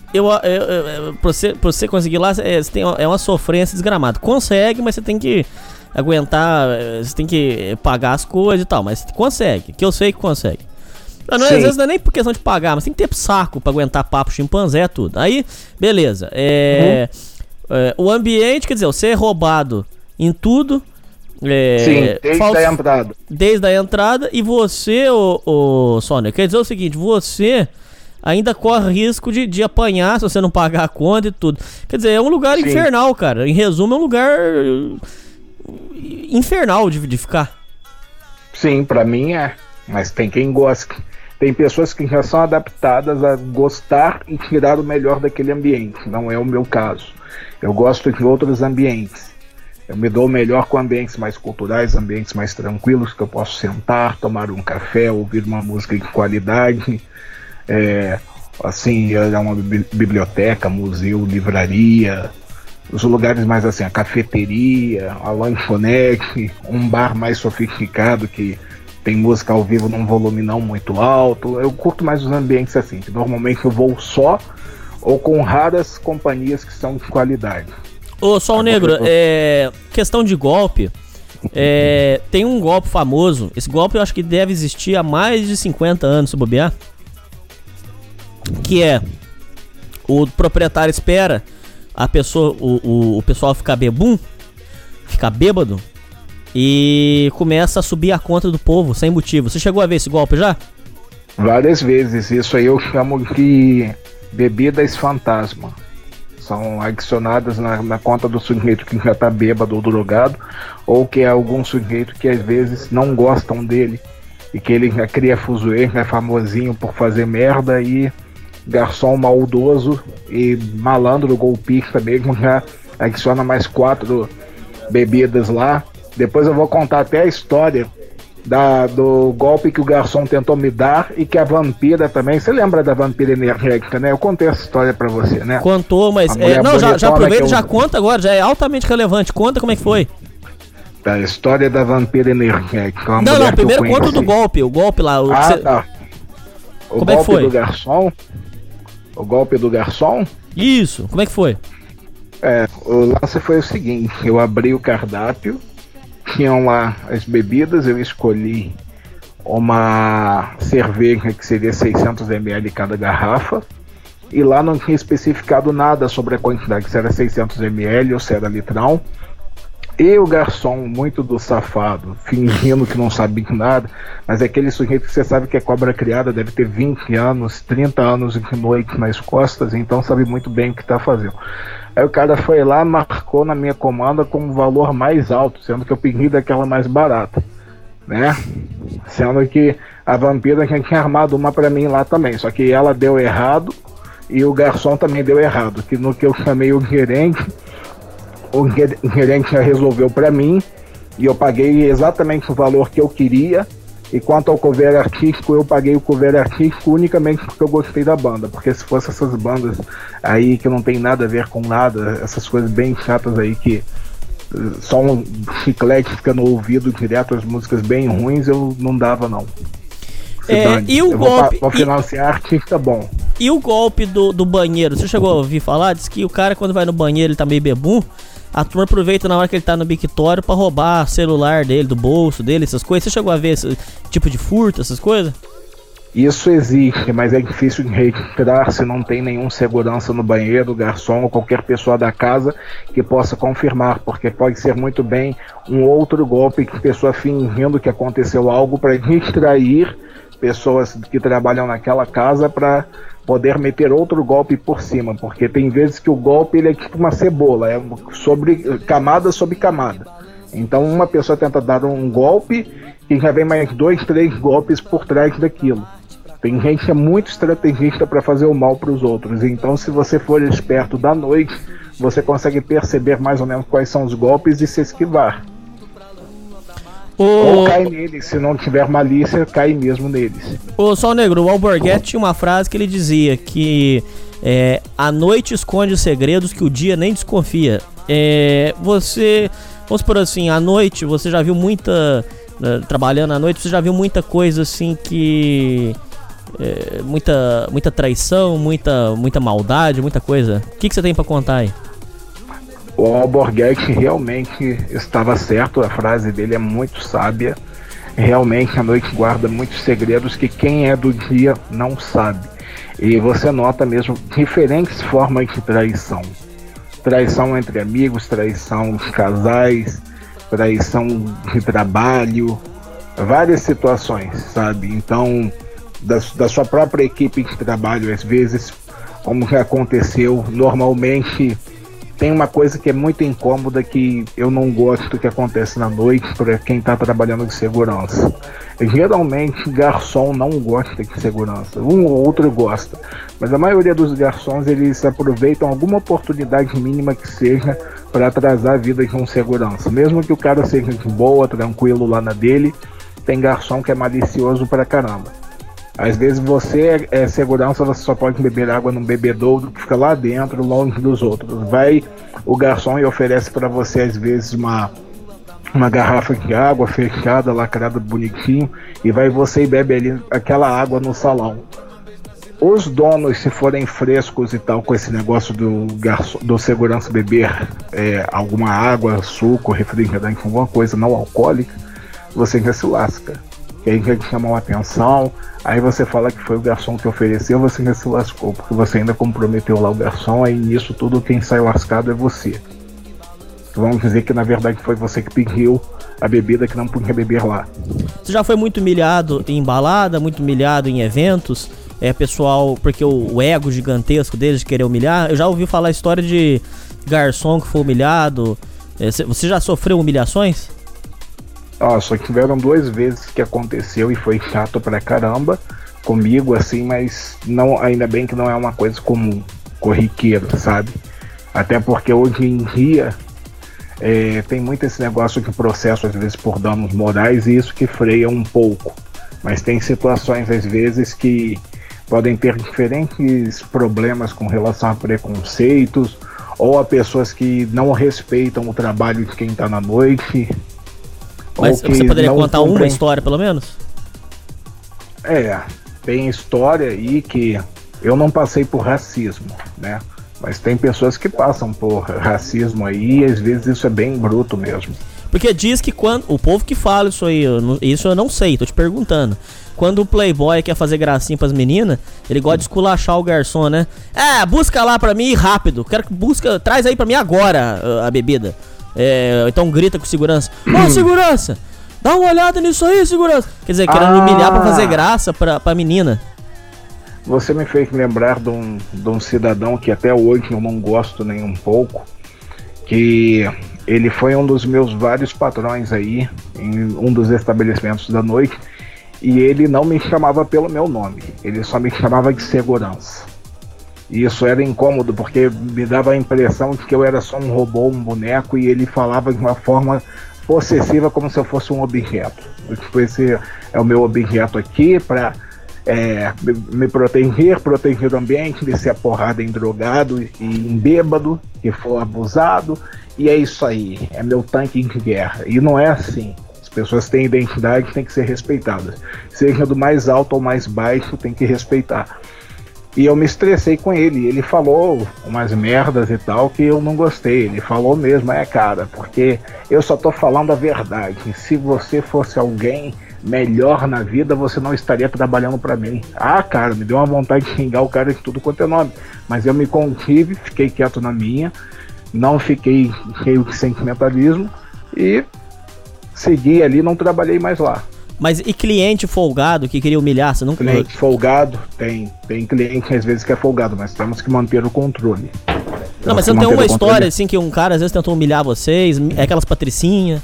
pra você conseguir lá, é uma sofrência desgramada. Consegue, mas você tem que aguentar, você tem que pagar as coisas e tal, mas consegue, que eu sei que consegue. Às vezes não é nem por questão de pagar, mas tem que ter saco pra aguentar papo chimpanzé, tudo. Aí, beleza. O ambiente, quer dizer, você é roubado em tudo. Sim, desde a entrada. Desde a entrada. E você, ô Sônia, quer dizer o seguinte, você ainda corre risco de apanhar se você não pagar a conta e tudo. Quer dizer, é um lugar infernal, cara. Em resumo, é um lugar infernal de ficar. Sim, pra mim é. Mas tem quem gosta. Tem pessoas que já são adaptadas a gostar e tirar o melhor daquele ambiente. Não é o meu caso. Eu gosto de outros ambientes. Eu me dou melhor com ambientes mais culturais, ambientes mais tranquilos, que eu posso sentar, tomar um café, ouvir uma música de qualidade. Assim, é uma biblioteca, museu, livraria, os lugares mais assim, a cafeteria, a lanchonete, um bar mais sofisticado que tem música ao vivo num volume não muito alto. Eu curto mais os ambientes assim, que normalmente eu vou só ou com raras companhias que são de qualidade. Ô, Sol Negro, questão de golpe, tem um golpe famoso, esse golpe eu acho que deve existir há mais de 50 anos, se bobear, que é, o proprietário espera a pessoa, o pessoal ficar bêbado, e começa a subir a conta do povo, sem motivo. Você chegou a ver esse golpe já? Várias vezes, isso aí eu chamo de bebidas fantasma. São adicionadas na conta do sujeito que já tá bêbado ou drogado, ou que é algum sujeito que às vezes não gostam dele, e que ele já cria fuzuê, é famosinho por fazer merda, e garçom maldoso e malandro golpista mesmo já adiciona mais 4 bebidas lá. Depois eu vou contar até a história do golpe que o garçom tentou me dar e que a vampira também. Você lembra da vampira energética, né? Eu contei essa história pra você, né? Contou, mas já aproveita e já conta agora, já é altamente relevante. Conta como é que foi. A história da vampira energética. Não, primeiro conta do golpe, o golpe lá. Tá. Como é que foi? O golpe do garçom? Isso, como é que foi? O lance foi o seguinte, eu abri o cardápio, tinham lá as bebidas, eu escolhi uma cerveja que seria 600 ml cada garrafa, e lá não tinha especificado nada sobre a quantidade, se era 600 ml ou se era litrão. E o garçom, muito do safado, fingindo que não sabia nada, mas é aquele sujeito que você sabe que é cobra criada, deve ter 20 anos, 30 anos de noite nas costas, então sabe muito bem o que está fazendo. Aí o cara foi lá, marcou na minha comanda com um valor mais alto, sendo que eu pedi daquela mais barata, né? Sendo que a vampira já tinha armado uma para mim lá também, só que ela deu errado e o garçom também deu errado, que no que eu chamei o gerente já resolveu para mim e eu paguei exatamente o valor que eu queria. E quanto ao cover artístico, eu paguei o cover artístico unicamente porque eu gostei da banda, porque se fosse essas bandas aí que não tem nada a ver com nada, essas coisas bem chatas aí que só um chiclete fica no ouvido direto, as músicas bem ruins, eu não dava não. E o golpe... Vou financiar artista bom. E o golpe do banheiro? Você chegou a ouvir falar? Diz que o cara, quando vai no banheiro, ele tá meio bebum, a turma aproveita na hora que ele tá no mictório pra roubar celular dele, do bolso dele, essas coisas. Você chegou a ver esse tipo de furto, essas coisas? Isso existe, mas é difícil de registrar se não tem nenhum segurança no banheiro, garçom ou qualquer pessoa da casa que possa confirmar, porque pode ser muito bem um outro golpe que a pessoa fingindo que aconteceu algo para distrair pessoas que trabalham naquela casa para poder meter outro golpe por cima, porque tem vezes que o golpe ele é tipo uma cebola, é sobre camada sobre camada. Então uma pessoa tenta dar um golpe e já vem mais 2, 3 golpes por trás daquilo. Tem gente que é muito estrategista para fazer o mal para os outros, então se você for esperto da noite, você consegue perceber mais ou menos quais são os golpes e se esquivar. Ou cai neles, se não tiver malícia, cai mesmo neles. Ô Sol Negro, o Alborguete tinha uma frase que ele dizia que a noite esconde os segredos que o dia nem desconfia. Você, vamos por assim, à noite você já viu muita, trabalhando à noite, você já viu muita coisa assim que... muita traição, muita maldade, muita coisa. O que você tem pra contar aí? O Alborguete realmente estava certo, a frase dele é muito sábia. Realmente a noite guarda muitos segredos que quem é do dia não sabe. E você nota mesmo diferentes formas de traição. Traição entre amigos, traição de casais, traição de trabalho, várias situações, sabe? Então, da sua própria equipe de trabalho, às vezes, como já aconteceu, normalmente tem uma coisa que é muito incômoda que eu não gosto que acontece na noite para quem está trabalhando de segurança. Geralmente garçom não gosta de segurança, um ou outro gosta, mas a maioria dos garçons eles aproveitam alguma oportunidade mínima que seja para atrasar a vida de um segurança, mesmo que o cara seja de boa, tranquilo lá na dele. Tem garçom que é malicioso pra caramba. Às vezes você é segurança, você só pode beber água num bebedouro que fica lá dentro, longe dos outros. Vai o garçom e oferece para você às vezes uma garrafa de água fechada, lacrada bonitinho, e vai você e bebe ali aquela água no salão. Os donos, se forem frescos e tal, com esse negócio do segurança beber alguma água, suco, refrigerante, alguma coisa não alcoólica, você já se lasca. Que aí já te chamam a atenção, aí você fala que foi o garçom que ofereceu, você já se lascou, porque você ainda comprometeu lá o garçom, aí nisso tudo quem sai lascado é você. Vamos dizer que na verdade foi você que pediu a bebida que não podia beber lá. Você já foi muito humilhado em balada, muito humilhado em eventos, pessoal, porque o ego gigantesco deles de querer humilhar? Eu já ouvi falar a história de garçom que foi humilhado. Você já sofreu humilhações? Só tiveram 2 vezes que aconteceu e foi chato pra caramba comigo, assim, mas não, ainda bem que não é uma coisa comum, corriqueira, sabe? Até porque hoje em dia tem muito esse negócio de processo, às vezes por danos morais, e isso que freia um pouco. Mas tem situações, às vezes, que podem ter diferentes problemas com relação a preconceitos, ou a pessoas que não respeitam o trabalho de quem tá na noite. Mas você poderia contar uma história, pelo menos? tem história aí que eu não passei por racismo, né? Mas tem pessoas que passam por racismo aí e às vezes isso é bem bruto mesmo. Porque diz que quando o povo que fala isso aí, isso eu não sei, tô te perguntando. Quando o playboy quer fazer gracinha pras meninas, ele gosta de esculachar o garçom, né? Busca lá pra mim rápido. Quero que traz aí pra mim agora a bebida. Então grita com segurança. Ô, segurança! Dá uma olhada nisso aí, segurança! Quer dizer, querendo humilhar pra fazer graça pra menina. Você me fez lembrar de um cidadão que até hoje eu não gosto nem um pouco, que ele foi um dos meus vários patrões aí, em um dos estabelecimentos da noite, e ele não me chamava pelo meu nome, ele só me chamava de segurança. E isso era incômodo, porque me dava a impressão de que eu era só um robô, um boneco, e ele falava de uma forma possessiva, como se eu fosse um objeto. Tipo, esse é o meu objeto aqui para me proteger o ambiente de ser aporrado em drogado e em bêbado, que for abusado, e é isso aí, é meu tanque de guerra. E não é assim. As pessoas têm identidade, têm que ser respeitadas. Seja do mais alto ou mais baixo, tem que respeitar. E eu me estressei com ele, ele falou umas merdas e tal que eu não gostei. Ele falou mesmo, cara, porque eu só tô falando a verdade. Se você fosse alguém melhor na vida, você não estaria trabalhando pra mim. Cara, me deu uma vontade de xingar o cara de tudo quanto é nome. Mas eu me contive, fiquei quieto na minha, não fiquei cheio de sentimentalismo e segui ali, não trabalhei mais lá. Mas e cliente folgado que queria humilhar? Você não... Cliente folgado, tem cliente às vezes que é folgado, mas temos que manter o controle. Não, mas você não tem uma história assim que um cara às vezes tentou humilhar vocês, aquelas patricinhas?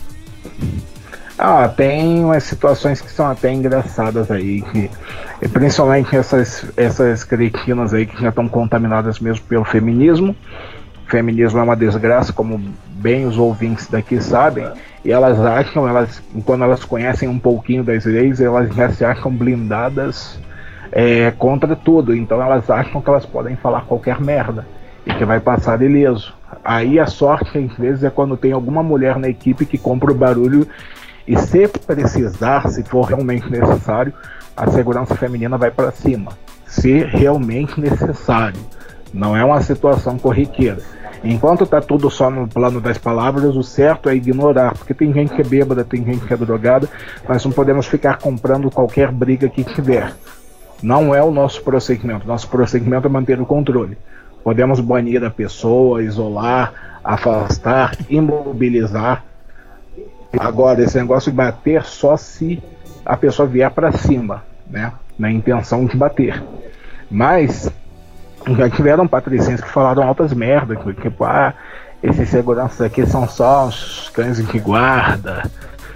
Tem umas situações que são até engraçadas aí, principalmente essas cretinas aí que já estão contaminadas mesmo pelo feminismo. O feminismo é uma desgraça, como bem os ouvintes daqui sabem, e elas acham, quando elas conhecem um pouquinho das leis, elas já se acham blindadas contra tudo, então elas acham que elas podem falar qualquer merda e que vai passar ileso. Aí a sorte às vezes é quando tem alguma mulher na equipe que compra o barulho, e se precisar, se for realmente necessário, a segurança feminina vai para cima, se realmente necessário. Não é uma situação corriqueira. Enquanto tá tudo só no plano das palavras, o certo é ignorar, porque tem gente que é bêbada, tem gente que é drogada, nós não podemos ficar comprando qualquer briga que tiver. Não é o nosso procedimento. Nosso procedimento é manter o controle. Podemos banir a pessoa, isolar, afastar, imobilizar. Agora, esse negócio de bater só se a pessoa vier para cima, né? Na intenção de bater. Mas já tiveram patricinhos que falaram altas merdas, tipo, esses seguranças aqui são só os cães de guarda,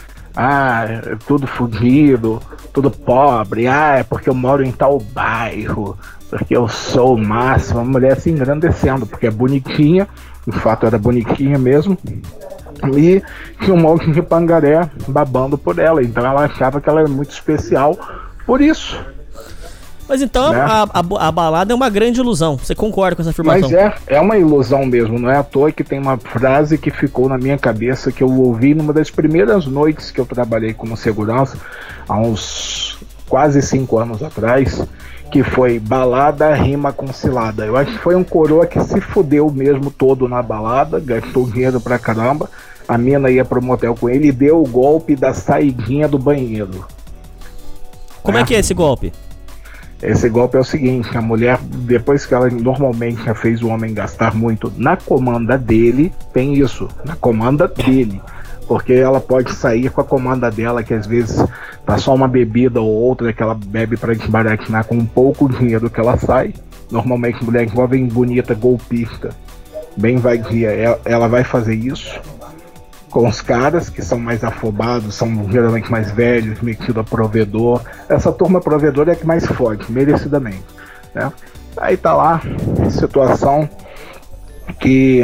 tudo fudido, tudo pobre, é porque eu moro em tal bairro, porque eu sou o máximo. A mulher se engrandecendo, porque é bonitinha, de fato era bonitinha mesmo, e tinha um monte de pangaré babando por ela, então ela achava que ela era muito especial por isso. Mas então, né? a balada é uma grande ilusão. Você concorda com essa afirmação? Mas é uma ilusão mesmo. Não é à toa que tem uma frase que ficou na minha cabeça, que eu ouvi numa das primeiras noites que eu trabalhei como segurança, há uns quase 5 anos atrás, que foi: balada rima com cilada. Eu acho que foi um coroa que se fudeu mesmo todo na balada, gastou dinheiro pra caramba, a mina ia pro motel com ele e deu o golpe da saidinha do banheiro. Como é que é esse golpe? Esse golpe é o seguinte: a mulher, depois que ela normalmente já fez o homem gastar muito na comanda dele, tem isso, na comanda dele, porque ela pode sair com a comanda dela, que às vezes tá só uma bebida ou outra que ela bebe para desbaratinar com um pouco dinheiro que ela sai. Normalmente mulher jovem, bonita, golpista, bem vadia, ela vai fazer isso com os caras que são mais afobados, são geralmente mais velhos, metido a provedor. Essa turma provedora é que mais fode, merecidamente, né? Aí tá lá, situação que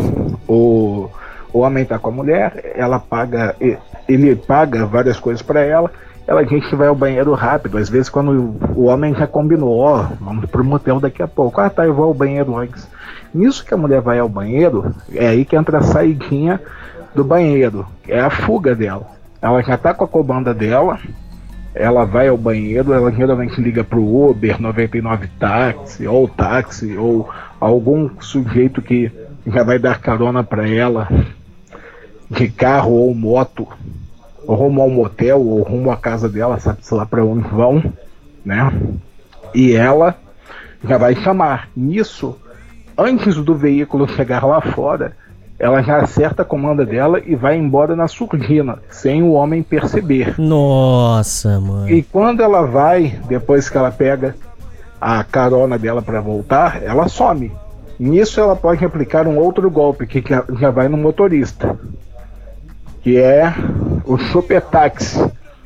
o homem tá com a mulher, ele paga várias coisas para ela, a gente vai ao banheiro rápido. Às vezes quando o homem já combinou, vamos pro motel daqui a pouco, eu vou ao banheiro antes. Nisso que a mulher vai ao banheiro, é aí que entra a saidinha do banheiro, é a fuga dela. Ela já tá com a comanda dela, ela vai ao banheiro, ela geralmente liga pro Uber, 99 táxi, ou algum sujeito que já vai dar carona para ela, de carro ou moto, ou rumo ao motel, ou rumo à casa dela, sabe-se lá para onde vão, né? E ela já vai chamar. Nisso, antes do veículo chegar lá fora, ela já acerta a comanda dela e vai embora na surdina, sem o homem perceber. Nossa, mano. E quando ela vai, depois que ela pega a carona dela para voltar, ela some. Nisso ela pode aplicar um outro golpe, que já vai no motorista, que é o chupetaxi.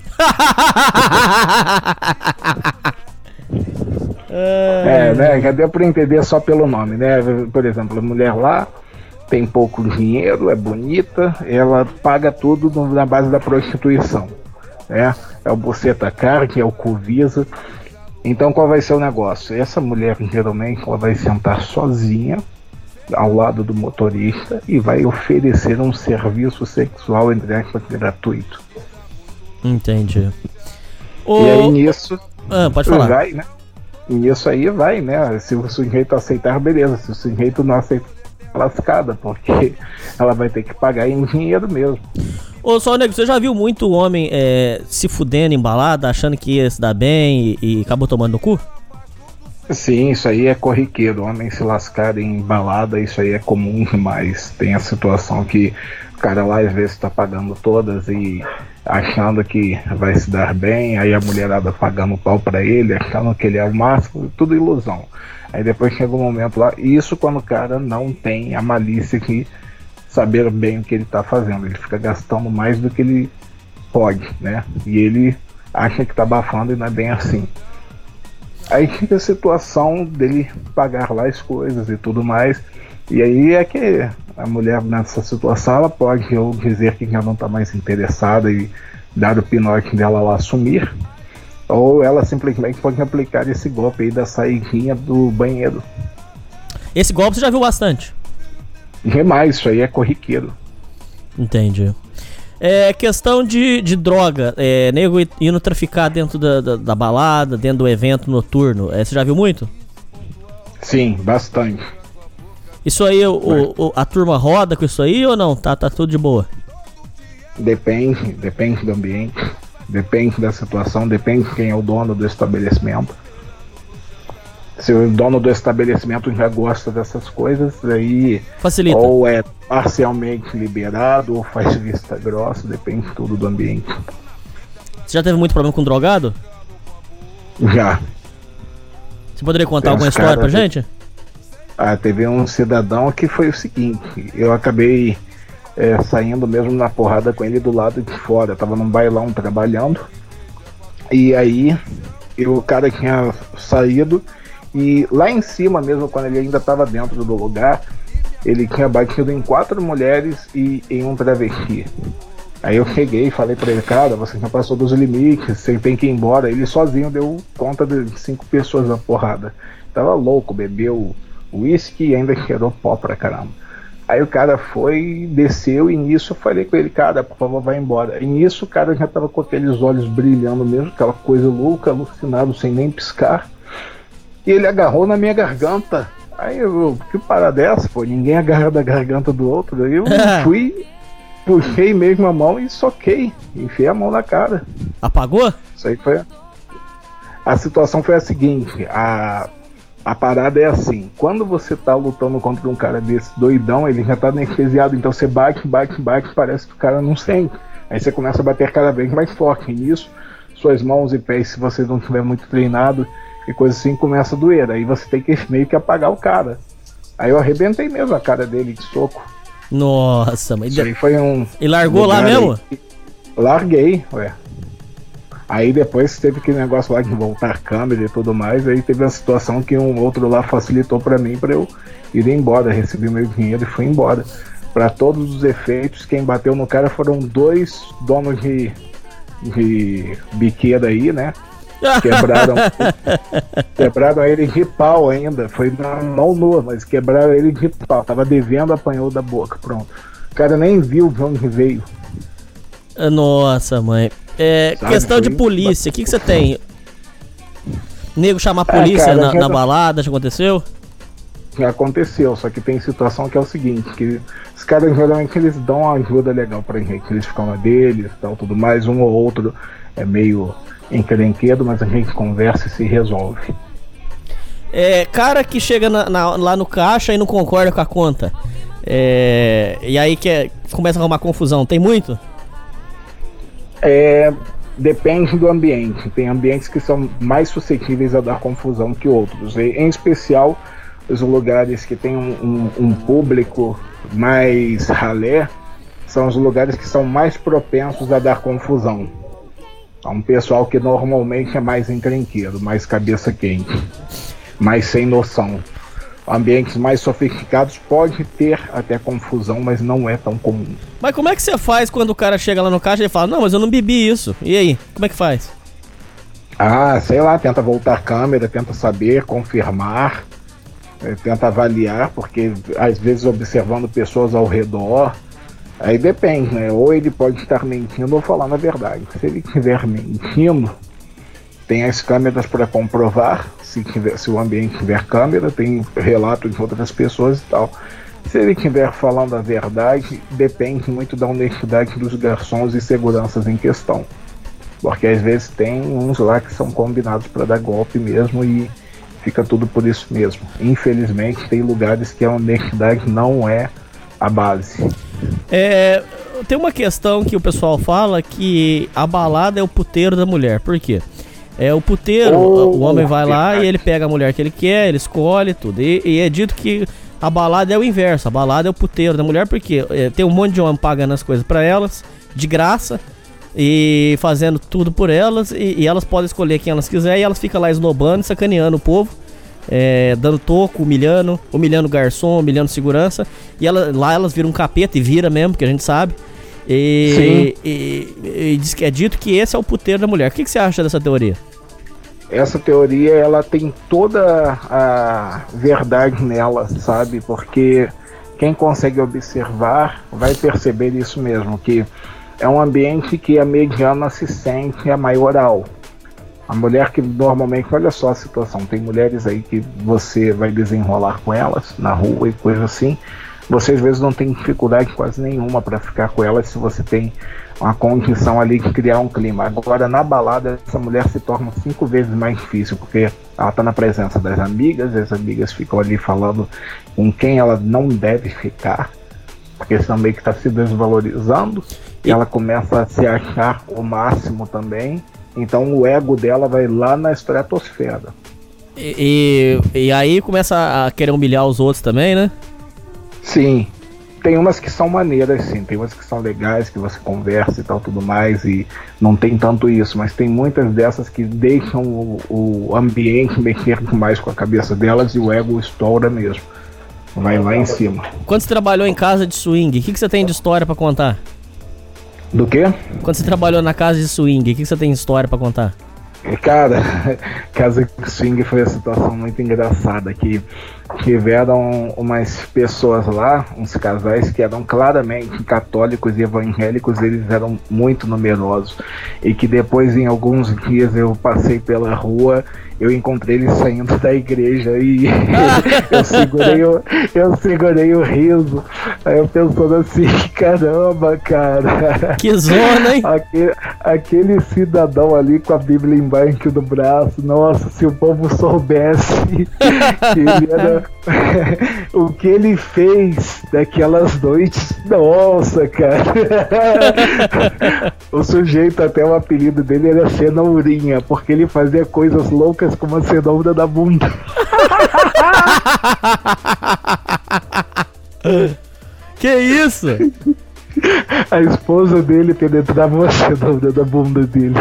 Né? Já deu para entender só pelo nome, né? Por exemplo, a mulher lá tem pouco dinheiro, é bonita, ela paga tudo na base da prostituição, né? É o Buceta Card, é o Covisa. Então qual vai ser o negócio? Essa mulher geralmente ela vai sentar sozinha ao lado do motorista e vai oferecer um serviço sexual, entre aspas, gratuito. Entendi. E aí nisso pode falar. Vai, né? E nisso aí vai, né? Se o sujeito aceitar, beleza. Se o sujeito não aceitar, lascada, porque ela vai ter que pagar em dinheiro mesmo. Ô, só nego, você já viu muito homem se fudendo em balada, achando que ia se dar bem e acabou tomando no cu? Sim, isso aí é corriqueiro. Homem se lascar em balada, isso aí é comum demais. Tem a situação que o cara lá às vezes tá pagando todas e achando que vai se dar bem, aí a mulherada pagando pau pra ele, achando que ele é o máximo, tudo ilusão. Aí depois chega um momento lá, isso quando o cara não tem a malícia de saber bem o que ele tá fazendo. Ele fica gastando mais do que ele pode, né? E ele acha que tá abafando e não é bem assim. Aí fica a situação dele pagar lá as coisas e tudo mais. E aí é que a mulher nessa situação, ela pode ou dizer que já não tá mais interessada e dar o pinote dela lá sumir. Ou ela simplesmente pode aplicar esse golpe aí da saidinha do banheiro. Esse golpe você já viu bastante? Demais, isso aí é corriqueiro. Entendi. Questão de droga, nego indo traficar dentro da balada, dentro do evento noturno, você já viu muito? Sim, bastante. Isso aí, a turma roda com isso aí ou não? Tá tudo de boa? Depende do ambiente. Depende da situação, depende de quem é o dono do estabelecimento. Se o dono do estabelecimento já gosta dessas coisas, aí facilita. Ou é parcialmente liberado, ou faz vista grossa, depende tudo do ambiente. Você já teve muito problema com drogado? Já. Você poderia contar alguma história pra gente? Teve um cidadão que foi o seguinte, eu acabei saindo mesmo na porrada com ele do lado de fora. Eu tava num bailão trabalhando, e aí o cara tinha saído, e lá em cima mesmo, quando ele ainda estava dentro do lugar, ele tinha batido em 4 mulheres e em um travesti. Aí eu cheguei e falei pra ele, cara, você já passou dos limites, você tem que ir embora. Ele sozinho deu conta de 5 pessoas na porrada. Tava louco, bebeu uísque e ainda cheirou pó pra caramba. Aí o cara foi, desceu, e nisso eu falei com ele, cara, por favor, vai embora. E nisso o cara já tava com aqueles olhos brilhando mesmo, aquela coisa louca, alucinado, sem nem piscar. E ele agarrou na minha garganta. Aí eu, que parada é essa, pô? Ninguém agarra da garganta do outro. Aí eu fui, puxei mesmo a mão e soquei, enfiei a mão na cara. Apagou? Isso aí foi... A situação foi a seguinte, a parada é assim, quando você tá lutando contra um cara desse doidão, ele já tá anestesiado, então você bate, parece que o cara não sente. Aí você começa a bater cada vez mais forte. E nisso, suas mãos e pés, se você não tiver muito treinado e coisa assim, começa a doer. Aí você tem que meio que apagar o cara. Aí eu arrebentei mesmo a cara dele de soco. Nossa, mas... Isso aí foi um... E largou lá mesmo? Larguei, ué. Aí depois teve aquele negócio lá de voltar câmera e tudo mais. Aí teve uma situação que um outro lá facilitou pra mim, pra eu ir embora. Recebi meu dinheiro e fui embora. Pra todos os efeitos, quem bateu no cara foram 2 donos de biqueira aí, né? Quebraram ele de pau ainda. Foi na mão nua, mas quebraram ele de pau. Tava devendo, apanhou da boca, pronto. O cara nem viu de onde veio. Nossa, mãe. Questão de polícia, o que você tem? Nego chamar a polícia na balada, já aconteceu? Já aconteceu, só que tem situação que é o seguinte, que os caras geralmente eles dão uma ajuda legal pra gente, eles ficam na deles e tal, tudo mais, um ou outro é meio encrenquedo, mas a gente conversa e se resolve. Cara que chega lá no caixa e não concorda com a conta, e aí começa a arrumar confusão, tem muito? Depende do ambiente, tem ambientes que são mais suscetíveis a dar confusão que outros, em especial os lugares que tem um público mais ralé são os lugares que são mais propensos a dar confusão. É um pessoal que normalmente é mais encrenqueiro, mais cabeça quente, mais sem noção. Ambientes mais sofisticados pode ter até confusão, mas não é tão comum. Mas como é que você faz quando o cara chega lá no caixa e fala, não, mas eu não bebi isso? E aí, como é que faz? Sei lá, tenta voltar a câmera, tenta saber, confirmar, tenta avaliar, porque às vezes observando pessoas ao redor, aí depende, né? Ou ele pode estar mentindo ou falando a verdade. Se ele estiver mentindo, tem as câmeras para comprovar, se o ambiente tiver câmera, tem relatos de outras pessoas e tal. Se ele estiver falando a verdade, depende muito da honestidade dos garçons e seguranças em questão. Porque às vezes tem uns lá que são combinados para dar golpe mesmo e fica tudo por isso mesmo. Infelizmente tem lugares que a honestidade não é a base. Tem uma questão que o pessoal fala que a balada é o puteiro da mulher. Por quê? O puteiro, o homem vai lá e ele pega a mulher que ele quer, ele escolhe tudo. E é dito que a balada é o inverso, a balada é o puteiro da mulher, porque tem um monte de homem pagando as coisas pra elas, de graça, e fazendo tudo por elas, e elas podem escolher quem elas quiserem, e elas ficam lá esnobando, sacaneando o povo, dando toco, humilhando o garçom, humilhando segurança, e lá elas viram um capeta, e vira mesmo, porque a gente sabe. E diz que é dito que esse é o puteiro da mulher. O que você acha dessa teoria? Essa teoria, ela tem toda a verdade nela, sabe? Porque quem consegue observar vai perceber isso mesmo, que é um ambiente que a mediana se sente a maioral. A mulher que normalmente, olha só a situação, tem mulheres aí que você vai desenrolar com elas na rua e coisa assim, você às vezes não tem dificuldade quase nenhuma para ficar com elas se você tem uma condição ali de criar um clima. Agora na balada essa mulher se torna 5 vezes mais difícil, porque ela está na presença das amigas, as amigas ficam ali falando com quem ela não deve ficar, porque senão meio que está se desvalorizando, e ela começa a se achar o máximo também, então o ego dela vai lá na estratosfera. E aí começa a querer humilhar os outros também, né? Sim, tem umas que são maneiras, sim, tem umas que são legais, que você conversa e tal, tudo mais, e não tem tanto isso, mas tem muitas dessas que deixam o ambiente mexer mais com a cabeça delas e o ego estoura mesmo, vai lá em cima. Quando você trabalhou em casa de swing, o que você tem de história pra contar? Do quê? Quando você trabalhou na casa de swing, o que você tem de história pra contar? Cara, casa de swing foi uma situação muito engraçada, que tiveram umas pessoas lá, uns casais que eram claramente católicos e evangélicos, eles eram muito numerosos, e que depois em alguns dias eu passei pela rua, eu encontrei eles saindo da igreja e eu segurei o riso, aí eu pensando assim, caramba, cara, que zona, hein? Aquele cidadão ali com a Bíblia embaixo do braço, nossa, se o povo soubesse que ele era o que ele fez daquelas noites, nossa, cara. O sujeito, até o apelido dele era Cenourinha, porque ele fazia coisas loucas como a cenoura da bunda. Que isso? A esposa dele penetrava a cenoura da bunda dele.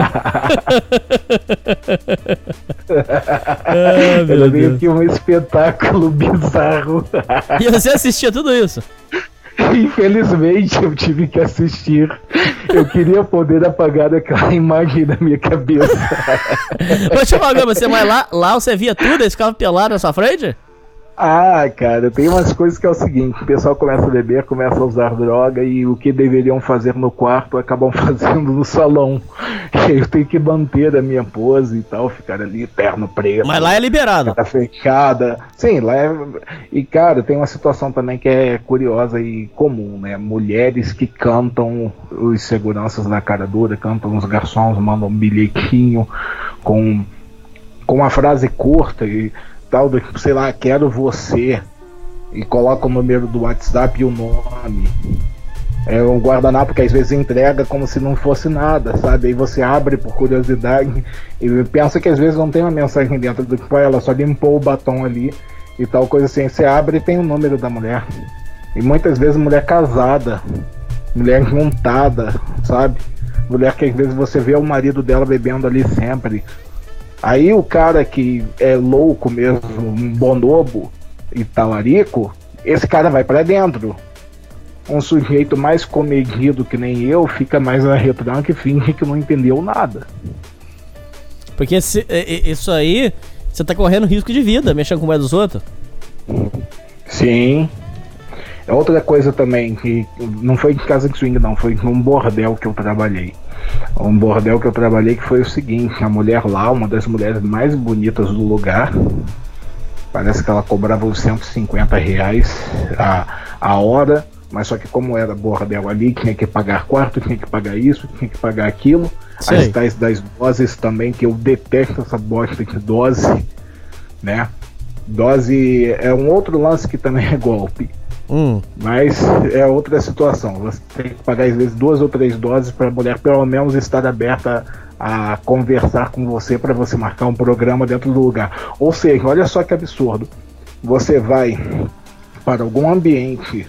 Era meio que um espetáculo bizarro. E você assistia tudo isso? Infelizmente eu tive que assistir. Eu queria poder apagar aquela imagem da minha cabeça. Deixa eu falar, você vai lá você via tudo? Eles ficavam pelados na sua frente? Cara, tem umas coisas que é o seguinte, o pessoal começa a beber, começa a usar droga e o que deveriam fazer no quarto acabam fazendo no salão. E eu tenho que manter a minha pose e tal, ficar ali, terno preto. Mas lá é liberado. Tá fechada. Sim, lá é... E cara, tem uma situação também que é curiosa e comum, né? Mulheres que cantam os seguranças na cara dura, cantam os garçons, mandam um bilhetinho com uma frase curta e tal, do tipo, sei lá, quero você, e coloca o número do WhatsApp e o nome. É um guardanapo que às vezes entrega como se não fosse nada, sabe? Aí você abre por curiosidade e pensa que às vezes não tem uma mensagem dentro do tipo, ela só limpou o batom ali e tal, coisa assim. Você abre e tem o número da mulher. E muitas vezes mulher casada, mulher juntada, sabe? Mulher que às vezes você vê o marido dela bebendo ali sempre. Aí o cara que é louco mesmo, um bonobo e talarico, esse cara vai pra dentro. Um sujeito mais comedido que nem eu fica mais na retranca e finge que não entendeu nada. Porque isso aí, você tá correndo risco de vida, mexendo com o mulher dos outros. Sim. É outra coisa também, que não foi em casa de swing não, foi num bordel que eu trabalhei. Um bordel que eu trabalhei que foi o seguinte, a mulher lá, uma das mulheres mais bonitas do lugar, parece que ela cobrava uns R$150 a hora, mas só que como era bordel ali, tinha que pagar quarto, tinha que pagar isso, tinha que pagar aquilo. Sei. As tais das doses também, que eu detesto essa bosta de dose, né? Dose é um outro lance que também é golpe. Mas é outra situação. Você tem que pagar às vezes 2 ou 3 doses para a mulher pelo menos estar aberta a conversar com você, para você marcar um programa dentro do lugar. Ou seja, olha só que absurdo. Você vai para algum ambiente,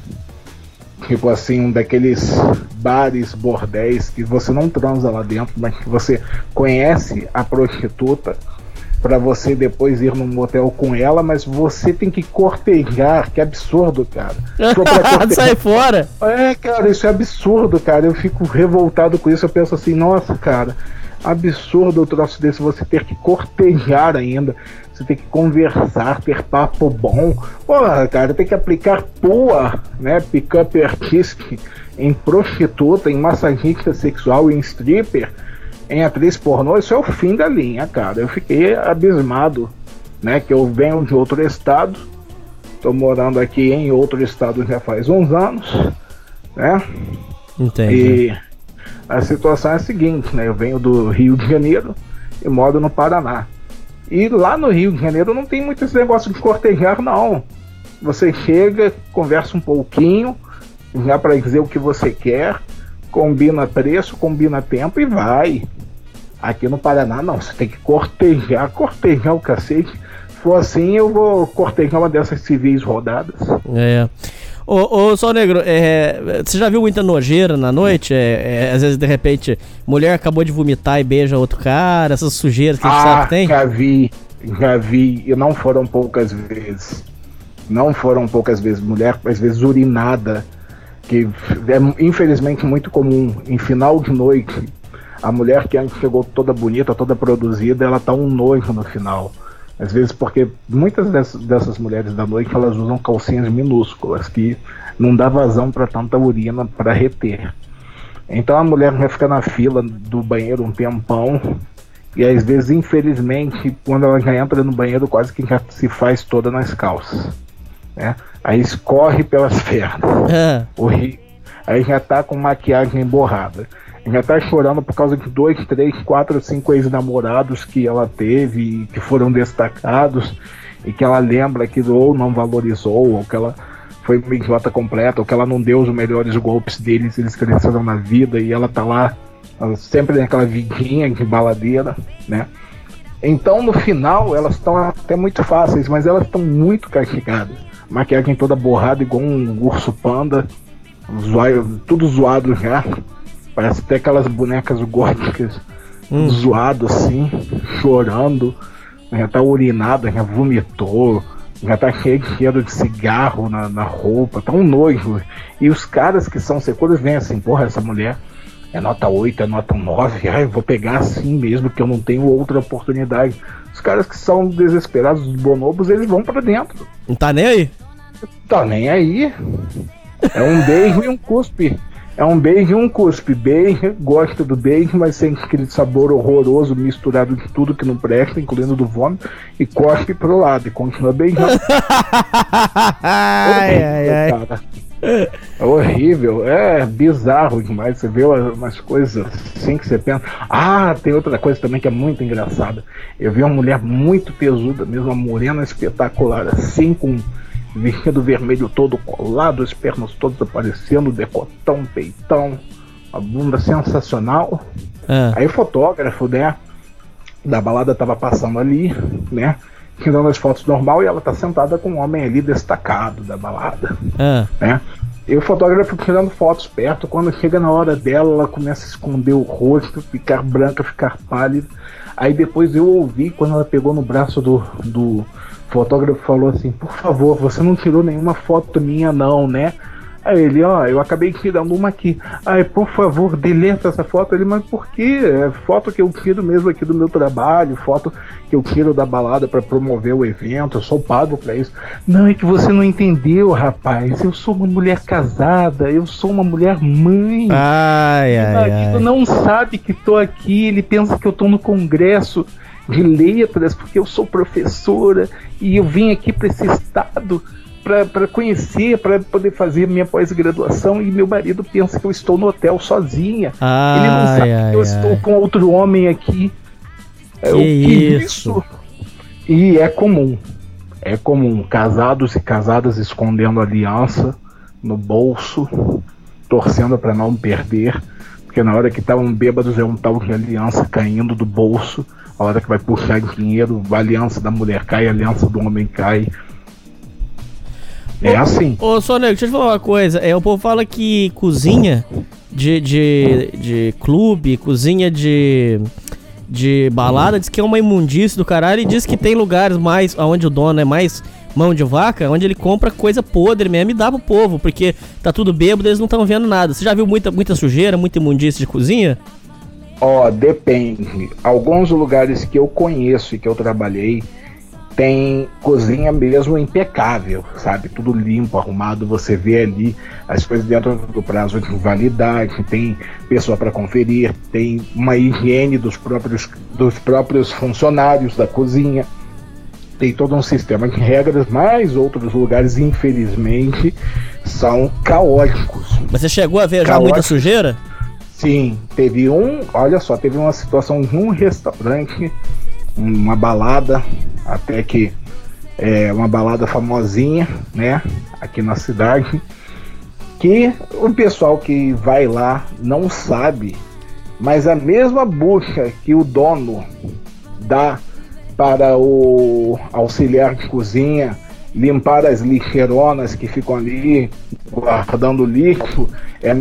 tipo assim, um daqueles bares, bordéis, que você não transa lá dentro, mas que você conhece a prostituta, pra você depois ir num motel com ela, mas você tem que cortejar. Que absurdo, cara. Sai fora. Cara, isso é absurdo, cara. Eu fico revoltado com isso. Eu penso assim, nossa, cara, absurdo o troço desse, você ter que cortejar ainda. Você tem que conversar, ter papo bom. Porra, cara, tem que aplicar PUA, né? Pick-up artistic em prostituta, em massagista sexual, em stripper, em atriz pornô. Isso é o fim da linha, cara. Eu fiquei abismado, né? Que eu venho de outro estado, tô morando aqui em outro estado já faz uns anos, né? Entendi. E a situação é a seguinte, né? Eu venho do Rio de Janeiro e moro no Paraná. E lá no Rio de Janeiro não tem muito esse negócio de cortejar, não. Você chega, conversa um pouquinho, já para dizer o que você quer, combina preço, combina tempo e vai. Aqui no Paraná não, você tem que cortejar o cacete. Se for assim, eu vou cortejar uma dessas civis rodadas. Ô Sol Negro, você já viu muita nojeira na noite? Às vezes, de repente, mulher acabou de vomitar e beija outro cara, essas sujeiras que a gente sabe que tem? Já vi, e não foram poucas vezes. Mulher, às vezes, urinada, que é infelizmente muito comum em final de noite. A mulher que antes chegou toda bonita, toda produzida, ela tá um nojo no final. Às vezes porque muitas dessas mulheres da noite, elas usam calcinhas minúsculas, que não dá vazão para tanta urina para reter. Então a mulher vai ficar na fila do banheiro um tempão, e às vezes, infelizmente, quando ela já entra no banheiro, quase que já se faz toda nas calças, né? Aí escorre pelas pernas. Aí já tá com maquiagem borrada. Já tá chorando por causa de 2, 3, 4, 5 ex-namorados que ela teve e que foram destacados, e que ela lembra que ou não valorizou, ou que ela foi uma idiota completa, ou que ela não deu os melhores golpes deles, eles cresceram na vida, e ela tá lá sempre naquela vidinha de baladeira, né? Então no final elas estão até muito fáceis, mas elas estão muito castigadas. Maquiagem toda borrada, igual um urso panda, tudo zoado já. Parece até aquelas bonecas góticas, zoado assim, chorando, já tá urinada, já vomitou, já tá cheio de cheiro de cigarro na roupa, tá um nojo. E os caras que são seguros vêm assim, porra, essa mulher é nota 8, é nota 9, eu vou pegar assim mesmo, que eu não tenho outra oportunidade. Os caras que são desesperados, os bonobos, eles vão pra dentro. Não tá nem aí? Tá nem aí. É um beijo e um cuspe. É um beijo e um cuspe. Beijo, gosta do beijo, mas sem aquele sabor horroroso misturado de tudo que não presta, incluindo do vômito, e cospe pro lado e continua beijando. Cara. É horrível, é bizarro demais. Você vê umas coisas assim que você pensa. Ah, tem outra coisa também que é muito engraçada. Eu vi uma mulher muito pesuda, mesmo uma morena espetacular, assim, com vestido vermelho todo colado, as pernas todas aparecendo, decotão, peitão, a bunda sensacional. Aí o fotógrafo, né, da balada tava passando ali, né, tirando as fotos normal, e ela tá sentada com um homem ali destacado da balada, né. E o fotógrafo tirando fotos perto. Quando chega na hora dela, ela começa a esconder o rosto, ficar branca, ficar pálida. Aí depois eu ouvi, quando ela pegou no braço do fotógrafo, falou assim: por favor, você não tirou nenhuma foto minha não, né? Aí ele: ó, eu acabei tirando uma aqui. Aí, por favor, deleta essa foto. Ele: mas por quê? É foto que eu tiro mesmo aqui do meu trabalho, foto que eu tiro da balada pra promover o evento, eu sou pago pra isso. Não, é que você não entendeu, rapaz. Eu sou uma mulher casada, eu sou uma mulher mãe. Meu marido não sabe que tô aqui, ele pensa que eu tô no congresso de letras, porque eu sou professora e eu vim aqui pra esse estado para conhecer, para poder fazer minha pós-graduação, e meu marido pensa que eu estou no hotel sozinha. Ele não sabe que eu estou com outro homem aqui. Que isso? E é comum casados e casadas escondendo aliança no bolso, torcendo para não perder, porque na hora que estavam bêbados é um tal de aliança caindo do bolso, a hora que vai puxar dinheiro, a aliança da mulher cai, a aliança do homem cai. É assim. Ô, Sonego, deixa eu te falar uma coisa. O povo fala que cozinha de clube, cozinha de balada, diz que é uma imundície do caralho, e diz que tem lugares mais onde o dono é mais mão de vaca, onde ele compra coisa podre mesmo e dá pro povo, porque tá tudo bêbado, eles não estão vendo nada. Você já viu muita sujeira, muita imundície de cozinha? Depende. Alguns lugares que eu conheço e que eu trabalhei tem cozinha mesmo impecável, sabe? Tudo limpo, arrumado, você vê ali as coisas dentro do prazo de validade, tem pessoa para conferir, tem uma higiene dos próprios funcionários da cozinha, tem todo um sistema de regras, mas outros lugares, infelizmente, são caóticos. Mas você chegou a ver já muita sujeira? Sim, teve uma situação de um restaurante, uma balada, até que é uma balada famosinha, né, aqui na cidade, que o pessoal que vai lá não sabe, mas a mesma bucha que o dono dá para o auxiliar de cozinha limpar as lixeironas que ficam ali guardando lixo, é a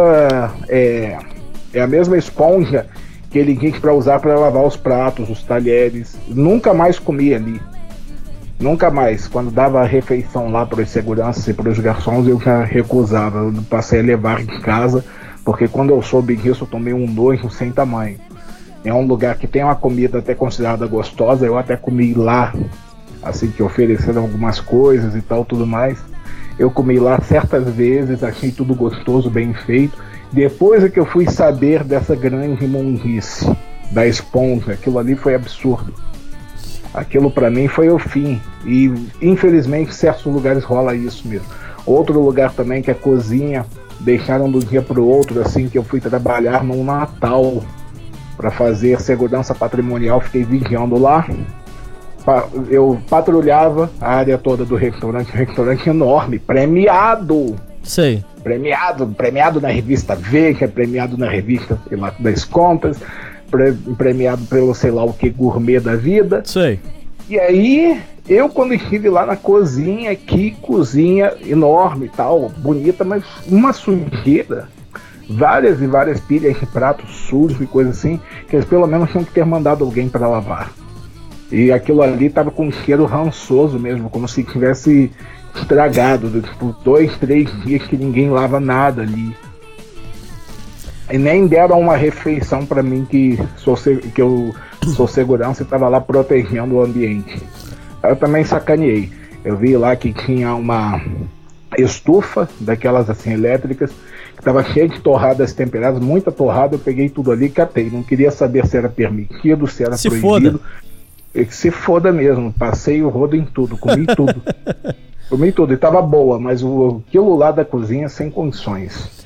mesma esponja que ele diz para usar para lavar os pratos, os talheres. Nunca mais comi ali. Nunca mais. Quando dava a refeição lá para os seguranças e para os garçons, eu já recusava. Eu passei a levar de casa, porque quando eu soube disso, eu tomei um nojo sem tamanho. É um lugar que tem uma comida até considerada gostosa. Eu até comi lá, assim que ofereceram algumas coisas e tal, tudo mais. Eu comi lá certas vezes, achei tudo gostoso, bem feito. Depois é que eu fui saber dessa grande imundice da esponja, aquilo ali foi absurdo. Aquilo pra mim foi o fim. E infelizmente em certos lugares rola isso mesmo. Outro lugar também que a cozinha deixaram do dia pro outro, assim que eu fui trabalhar no Natal para fazer segurança patrimonial, fiquei vigiando lá. Eu patrulhava a área toda do restaurante enorme, premiado. Sei. Premiado na revista Veja, premiado na revista das Contas, premiado pelo sei lá o que gourmet da vida. Sei. E aí, eu quando estive lá na cozinha, que cozinha enorme e tal, bonita, mas uma sujeira. Várias e várias pilhas de pratos sujos e coisa assim, que eles pelo menos tinham que ter mandado alguém para lavar. E aquilo ali tava com um cheiro rançoso mesmo, como se tivesse estragado, tipo 2, 3 dias que ninguém lava nada ali. E nem deram uma refeição pra mim que eu sou segurança e estava lá protegendo o ambiente. Eu também sacaneei. Eu vi lá que tinha uma estufa, daquelas assim elétricas, que estava cheia de torradas temperadas, muita torrada, eu peguei tudo ali e catei. Não queria saber se era permitido, se era proibido. Se foda mesmo, passei o rodo em tudo, comi tudo. Comi tudo, e tava boa, mas aquilo lá da cozinha sem condições.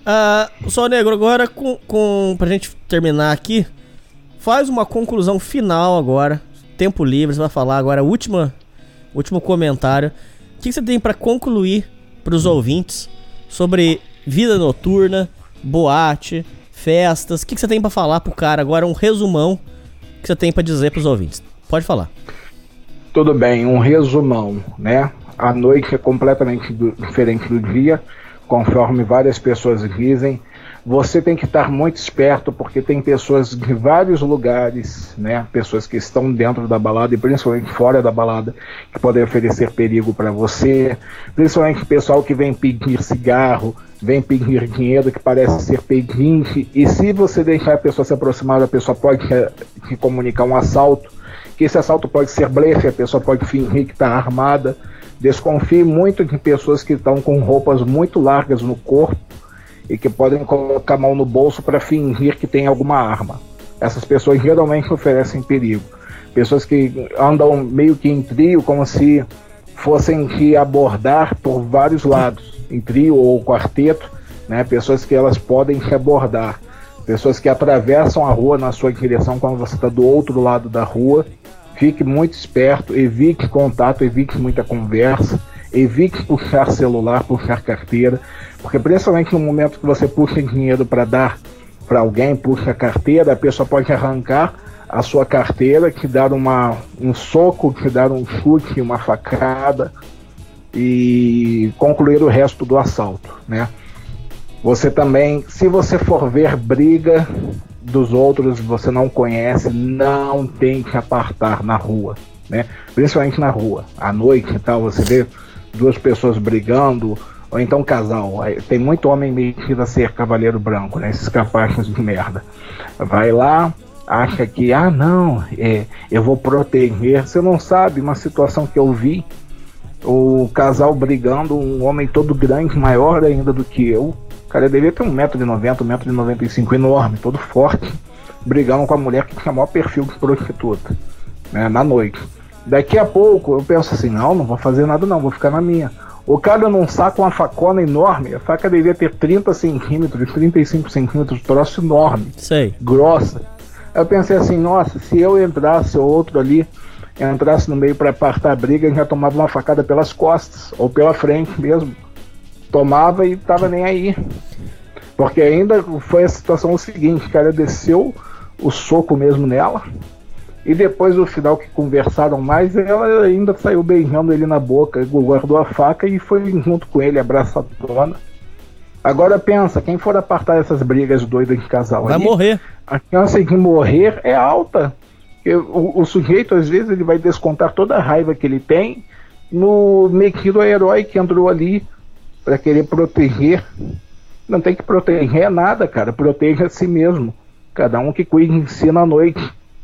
Só Negro, agora pra gente terminar aqui, faz uma conclusão final agora, tempo livre, você vai falar agora, último comentário. O que você tem pra concluir pros ouvintes sobre vida noturna, boate, festas? O que você tem pra falar pro cara agora, um resumão que você tem pra dizer pros ouvintes? Pode falar. Tudo bem, um resumão, né? A noite é completamente diferente do dia, conforme várias pessoas dizem. Você tem que estar muito esperto, porque tem pessoas de vários lugares, né? Pessoas que estão dentro da balada e principalmente fora da balada, que podem oferecer perigo para você. Principalmente o pessoal que vem pedir cigarro, vem pedir dinheiro, que parece ser pedinte. E se você deixar a pessoa se aproximar, a pessoa pode te comunicar um assalto, que esse assalto pode ser blefe, a pessoa pode fingir que está armada. Desconfie muito de pessoas que estão com roupas muito largas no corpo e que podem colocar a mão no bolso para fingir que tem alguma arma. Essas pessoas geralmente oferecem perigo. Pessoas que andam meio que em trio, como se fossem te abordar por vários lados, em trio ou quarteto, né? Pessoas que elas podem te abordar. Pessoas que atravessam a rua na sua direção quando você está do outro lado da rua. Fique muito esperto, evite contato, evite muita conversa, evite puxar celular, puxar carteira, porque principalmente no momento que você puxa dinheiro para dar para alguém, puxa a carteira, a pessoa pode arrancar a sua carteira, te dar um soco, te dar um chute, uma facada e concluir o resto do assalto, né? Você também, se você for ver briga dos outros, você não conhece, não tem que apartar na rua, né? Principalmente na rua, à noite e tal, você vê duas pessoas brigando, ou então casal. Tem muito homem metido a ser cavaleiro branco, né? Esses capachos de merda. Vai lá, acha que, eu vou proteger. Você não sabe, uma situação que eu vi, o casal brigando, um homem todo grande, maior ainda do que eu. O cara devia ter 1,90m, 1,95m, enorme, todo forte, brigando com a mulher que tinha o maior perfil de prostituta, né, na noite. Daqui a pouco eu penso assim, não vou fazer nada não, vou ficar na minha. O cara não saca uma facona enorme, a faca devia ter 30 centímetros, 35 centímetros, troço enorme, sei, grossa. Eu pensei assim, nossa, se eu entrasse ou outro ali, entrasse no meio para apartar a briga, já tomava uma facada pelas costas, ou pela frente mesmo. Tomava e tava nem aí. Porque ainda foi a situação o seguinte, o cara desceu o soco mesmo nela, e depois no final que conversaram mais, ela ainda saiu beijando ele na boca, guardou a faca e foi junto com ele, abraçadona. Agora pensa, quem for apartar essas brigas doidas de casal vai morrer. A chance de morrer é alta. O sujeito às vezes ele vai descontar toda a raiva que ele tem no metido herói que entrou ali para querer proteger. Não tem que proteger nada, cara. Proteja a si mesmo. Cada um que cuide de si na noite.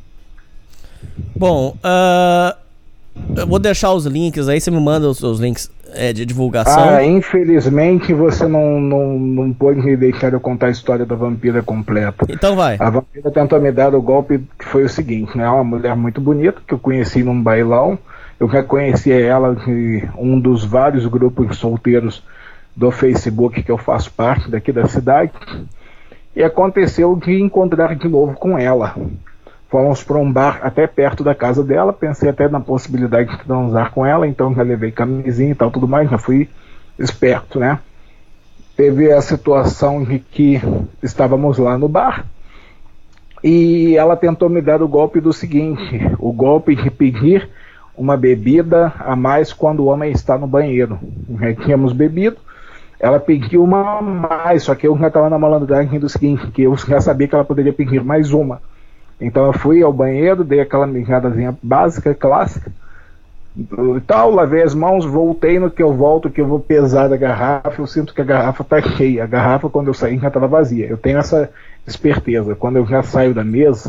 Bom, eu vou deixar os links aí. Você me manda os seus links de divulgação. Infelizmente você não pode me deixar eu contar a história da vampira completa. Então vai. A vampira tentou me dar o golpe que foi o seguinte, né? Uma mulher muito bonita que eu conheci num bailão. Eu já conhecia ela de um dos vários grupos solteiros do Facebook que eu faço parte daqui da cidade, e aconteceu de encontrar de novo com ela. Fomos para um bar até perto da casa dela, pensei até na possibilidade de transar com ela, então já levei camisinha e tal, tudo mais, já fui esperto, né? Teve a situação de que estávamos lá no bar, e ela tentou me dar o golpe do seguinte, o golpe de pedir uma bebida a mais quando o homem está no banheiro. Já tínhamos bebido, ela pediu uma a mais, só que eu já estava na malandragem do seguinte, que eu já sabia que ela poderia pedir mais uma. Então eu fui ao banheiro, dei aquela mijadazinha básica, clássica, e tal, lavei as mãos, voltei. No que eu volto, que eu vou pesar a garrafa, eu sinto que a garrafa está cheia. A garrafa, quando eu saí, já estava vazia. Eu tenho essa esperteza, quando eu já saio da mesa,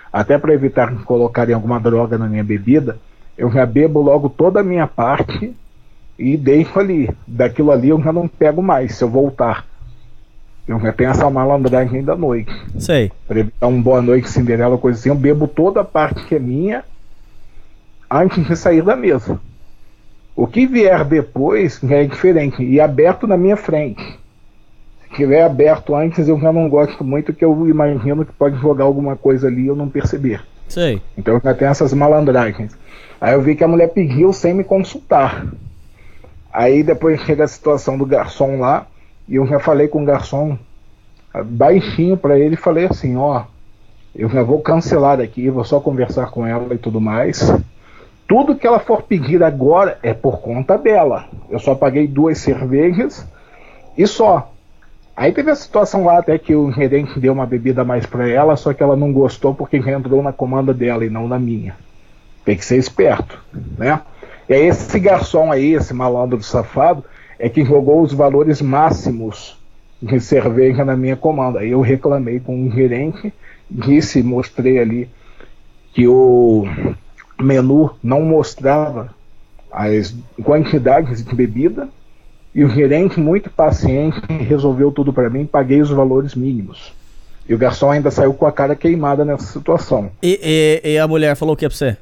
até para evitar colocarem alguma droga na minha bebida, eu já bebo logo toda a minha parte e deixo ali. Daquilo ali eu já não pego mais, se eu voltar. Eu já tenho essa malandragem da noite. Sei. Para evitar um boa noite, Cinderela, coisa assim, eu bebo toda a parte que é minha antes de sair da mesa. O que vier depois já é diferente, e aberto na minha frente. Se tiver aberto antes, eu já não gosto muito, que eu imagino que pode jogar alguma coisa ali e eu não perceber. Sei. Então eu já tenho essas malandragens. Aí eu vi que a mulher pediu sem me consultar. Aí depois chega a situação do garçom lá, e eu já falei com o garçom baixinho pra ele, falei assim, ó, eu já vou cancelar aqui, vou só conversar com ela e tudo mais. Tudo que ela for pedir agora é por conta dela. Eu só paguei 2 cervejas e só. Aí teve a situação lá até que o gerente deu uma bebida a mais pra ela, só que ela não gostou porque já entrou na comanda dela e não na minha. Tem que ser esperto, né? E aí esse garçom aí, esse malandro safado, é que jogou os valores máximos de cerveja na minha comanda. Aí eu reclamei com o gerente, mostrei ali que o menu não mostrava as quantidades de bebida, e o gerente, muito paciente, resolveu tudo para mim, paguei os valores mínimos. E o garçom ainda saiu com a cara queimada nessa situação. E a mulher falou o que pra você?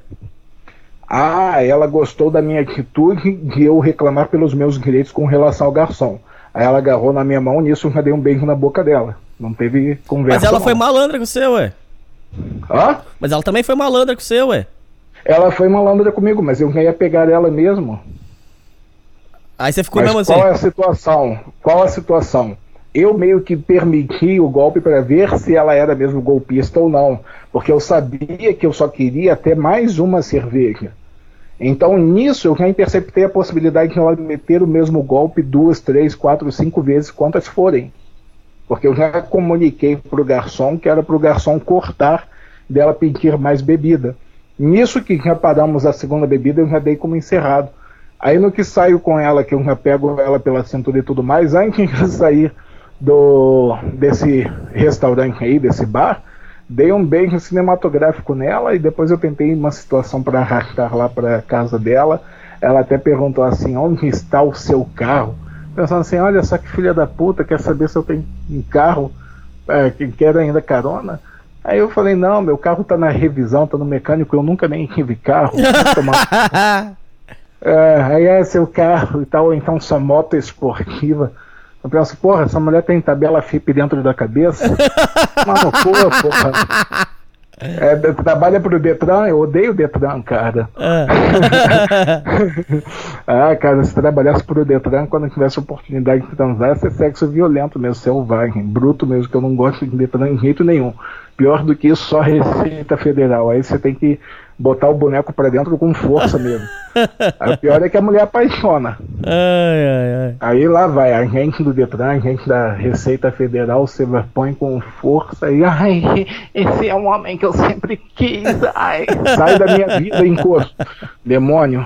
Ah, ela gostou da minha atitude de eu reclamar pelos meus direitos com relação ao garçom. Aí ela agarrou na minha mão, nisso eu já dei um beijo na boca dela. Não teve conversa. Mas ela não. foi malandra com você, ué. Hã? Mas ela também foi malandra com você, ué. Ela foi malandra comigo, mas eu já ia pegar ela mesmo. Aí você ficou Mas mesmo assim. qual é a situação? Qual a situação? Eu meio que permiti o golpe para ver se ela era mesmo golpista ou não, porque eu sabia que eu só queria ter mais uma cerveja. Então nisso eu já interceptei a possibilidade de ela meter o mesmo golpe 2, 3, 4, 5 vezes, quantas forem. Porque eu já comuniquei pro garçom que era pro garçom cortar dela pedir mais bebida. Nisso que já paramos a segunda bebida, eu já dei como encerrado. Aí no que saio com ela, que eu já pego ela pela cintura e tudo mais, antes de sair desse restaurante aí, desse bar, dei um beijo cinematográfico nela, e depois eu tentei uma situação para arrastar lá para casa dela. Ela até perguntou assim, onde está o seu carro? Pensando assim, olha só que filha da puta, quer saber se eu tenho um carro, que quer ainda carona? Aí eu falei, não, meu carro tá na revisão, tá no mecânico, eu nunca nem tive carro. Aí é seu carro e tal, ou então sua moto esportiva. Eu penso, porra, essa mulher tem tabela FIP dentro da cabeça? Mano, porra. Trabalha pro Detran, eu odeio o Detran, cara. Cara, se trabalhasse pro Detran, quando tivesse oportunidade de transar, ia ser sexo violento mesmo, selvagem, bruto mesmo, que eu não gosto de Detran em jeito nenhum. Pior do que isso, só Receita Federal. Aí você tem que botar o boneco pra dentro com força mesmo. Aí o pior é que a mulher apaixona. Aí lá vai, a gente do Detran, a gente da Receita Federal, você põe com força e ai, esse é um homem que eu sempre quis, ai, sai da minha vida, encosto, demônio.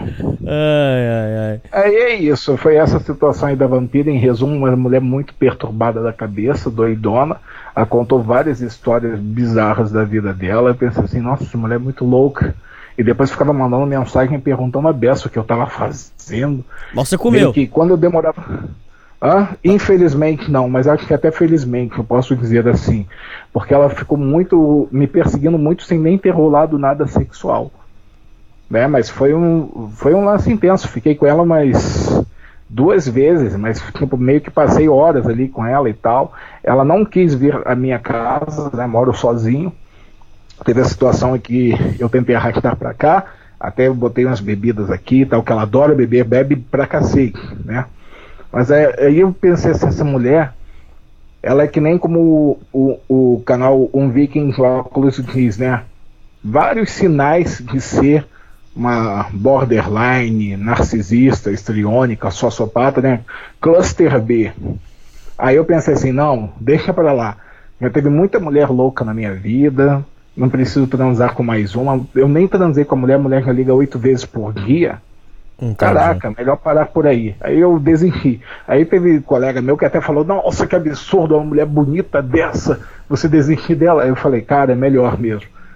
Aí é isso, foi essa situação aí da vampira, em resumo, uma mulher muito perturbada da cabeça, doidona. Ela contou várias histórias bizarras da vida dela. Eu pensei assim, nossa, essa mulher é muito louca. E depois ficava mandando mensagem perguntando a beça o que eu tava fazendo. Você comeu? Que quando eu demorava... Infelizmente não, mas acho que até felizmente, eu posso dizer assim. Porque ela ficou me perseguindo muito sem nem ter rolado nada sexual. Né? Mas foi um lance intenso. Fiquei com ela mais 2 vezes, mas tipo, meio que passei horas ali com ela e tal. Ela não quis vir à minha casa, né? Moro sozinho. Teve a situação em que eu tentei arrastar pra cá, até eu botei umas bebidas aqui e tal, que ela adora beber, bebe pra cacete, né? Mas aí eu pensei assim, essa mulher, ela é que nem como o canal Um Viking Óculos diz, né? Vários sinais de ser uma borderline, narcisista, histriônica, sociopata, né? Cluster B. Aí eu pensei assim, não, deixa pra lá. Já teve muita mulher louca na minha vida, não preciso transar com mais uma. Eu nem transei com a mulher já liga 8 vezes por dia. Caraca, melhor parar por aí. Aí eu desenchi. Aí teve colega meu que até falou, nossa, que absurdo, uma mulher bonita dessa, você desistir dela. Aí eu falei, cara, é melhor mesmo.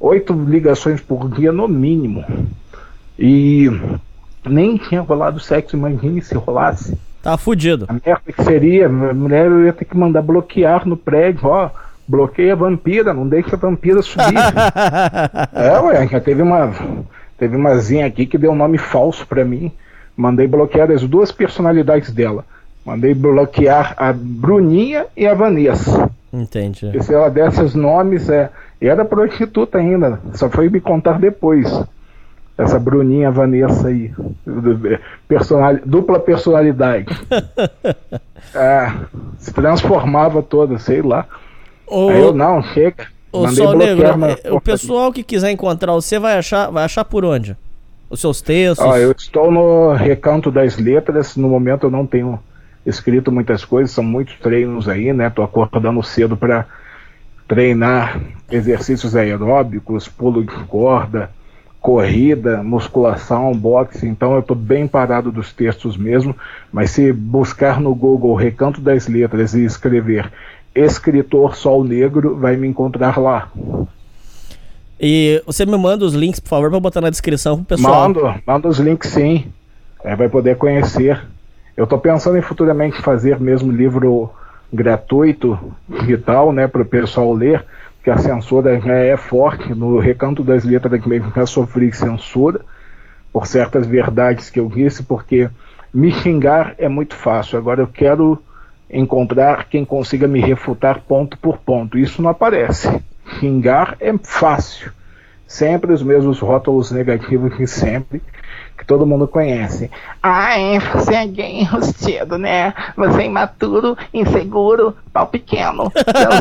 8 ligações por dia no mínimo. E nem tinha rolado sexo, imagine se rolasse. Tá fudido. A merda que seria, a mulher ia ter que mandar bloquear no prédio, ó, bloqueia a vampira, não deixa a vampira subir. Já teve uma zinha aqui que deu um nome falso pra mim, mandei bloquear as 2 personalidades dela. Mandei bloquear a Bruninha e a Vanessa. Entendi. E se ela desse os nomes, e era prostituta ainda, só foi me contar depois. Essa Bruninha, Vanessa aí, dupla personalidade. Se transformava toda, sei lá. Aí eu não, chega. Ô Sol Negro, o pessoal que quiser encontrar você vai achar por onde? Os seus textos? Eu estou no Recanto das Letras, no momento eu não tenho escrito muitas coisas, são muitos treinos aí, né? Tô acordando cedo para treinar exercícios aeróbicos, pulo de corda, corrida, musculação, boxe, então eu tô bem parado dos textos mesmo, mas se buscar no Google Recanto das Letras e escrever escritor Sol Negro, vai me encontrar lá. E você me manda os links, por favor, para botar na descrição pro pessoal. Mando os links sim, vai poder conhecer. Eu tô pensando em futuramente fazer mesmo livro gratuito, digital, né, para o pessoal ler, porque a censura já é forte. No Recanto das Letras mesmo já sofri censura por certas verdades que eu disse, porque me xingar é muito fácil. Agora eu quero encontrar quem consiga me refutar ponto por ponto. Isso não aparece. Xingar é fácil. Sempre os mesmos rótulos negativos de sempre, que todo mundo conhece. Ai, você é gay enrustido, né? Você é imaturo, inseguro, pau pequeno.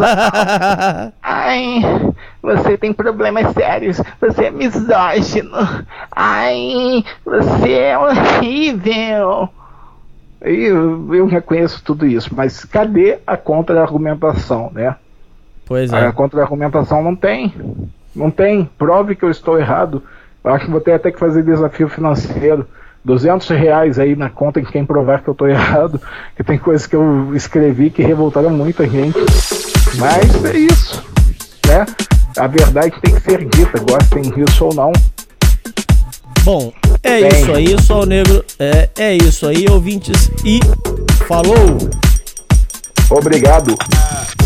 Ai, você tem problemas sérios. Você é misógino. Ai, você é horrível. Eu reconheço tudo isso, mas cadê a contra-argumentação, né? Pois é. A contra-argumentação não tem. Não tem. Prove que eu estou errado. Eu acho que vou ter até que fazer desafio financeiro. R$200 aí na conta de quem provar que eu estou errado. Que tem coisas que eu escrevi que revoltaram muita gente. Mas é isso, né? A verdade tem que ser dita, gostem disso ou não. Bom, isso aí, Sol Negro. É isso aí, ouvintes. E falou! Obrigado.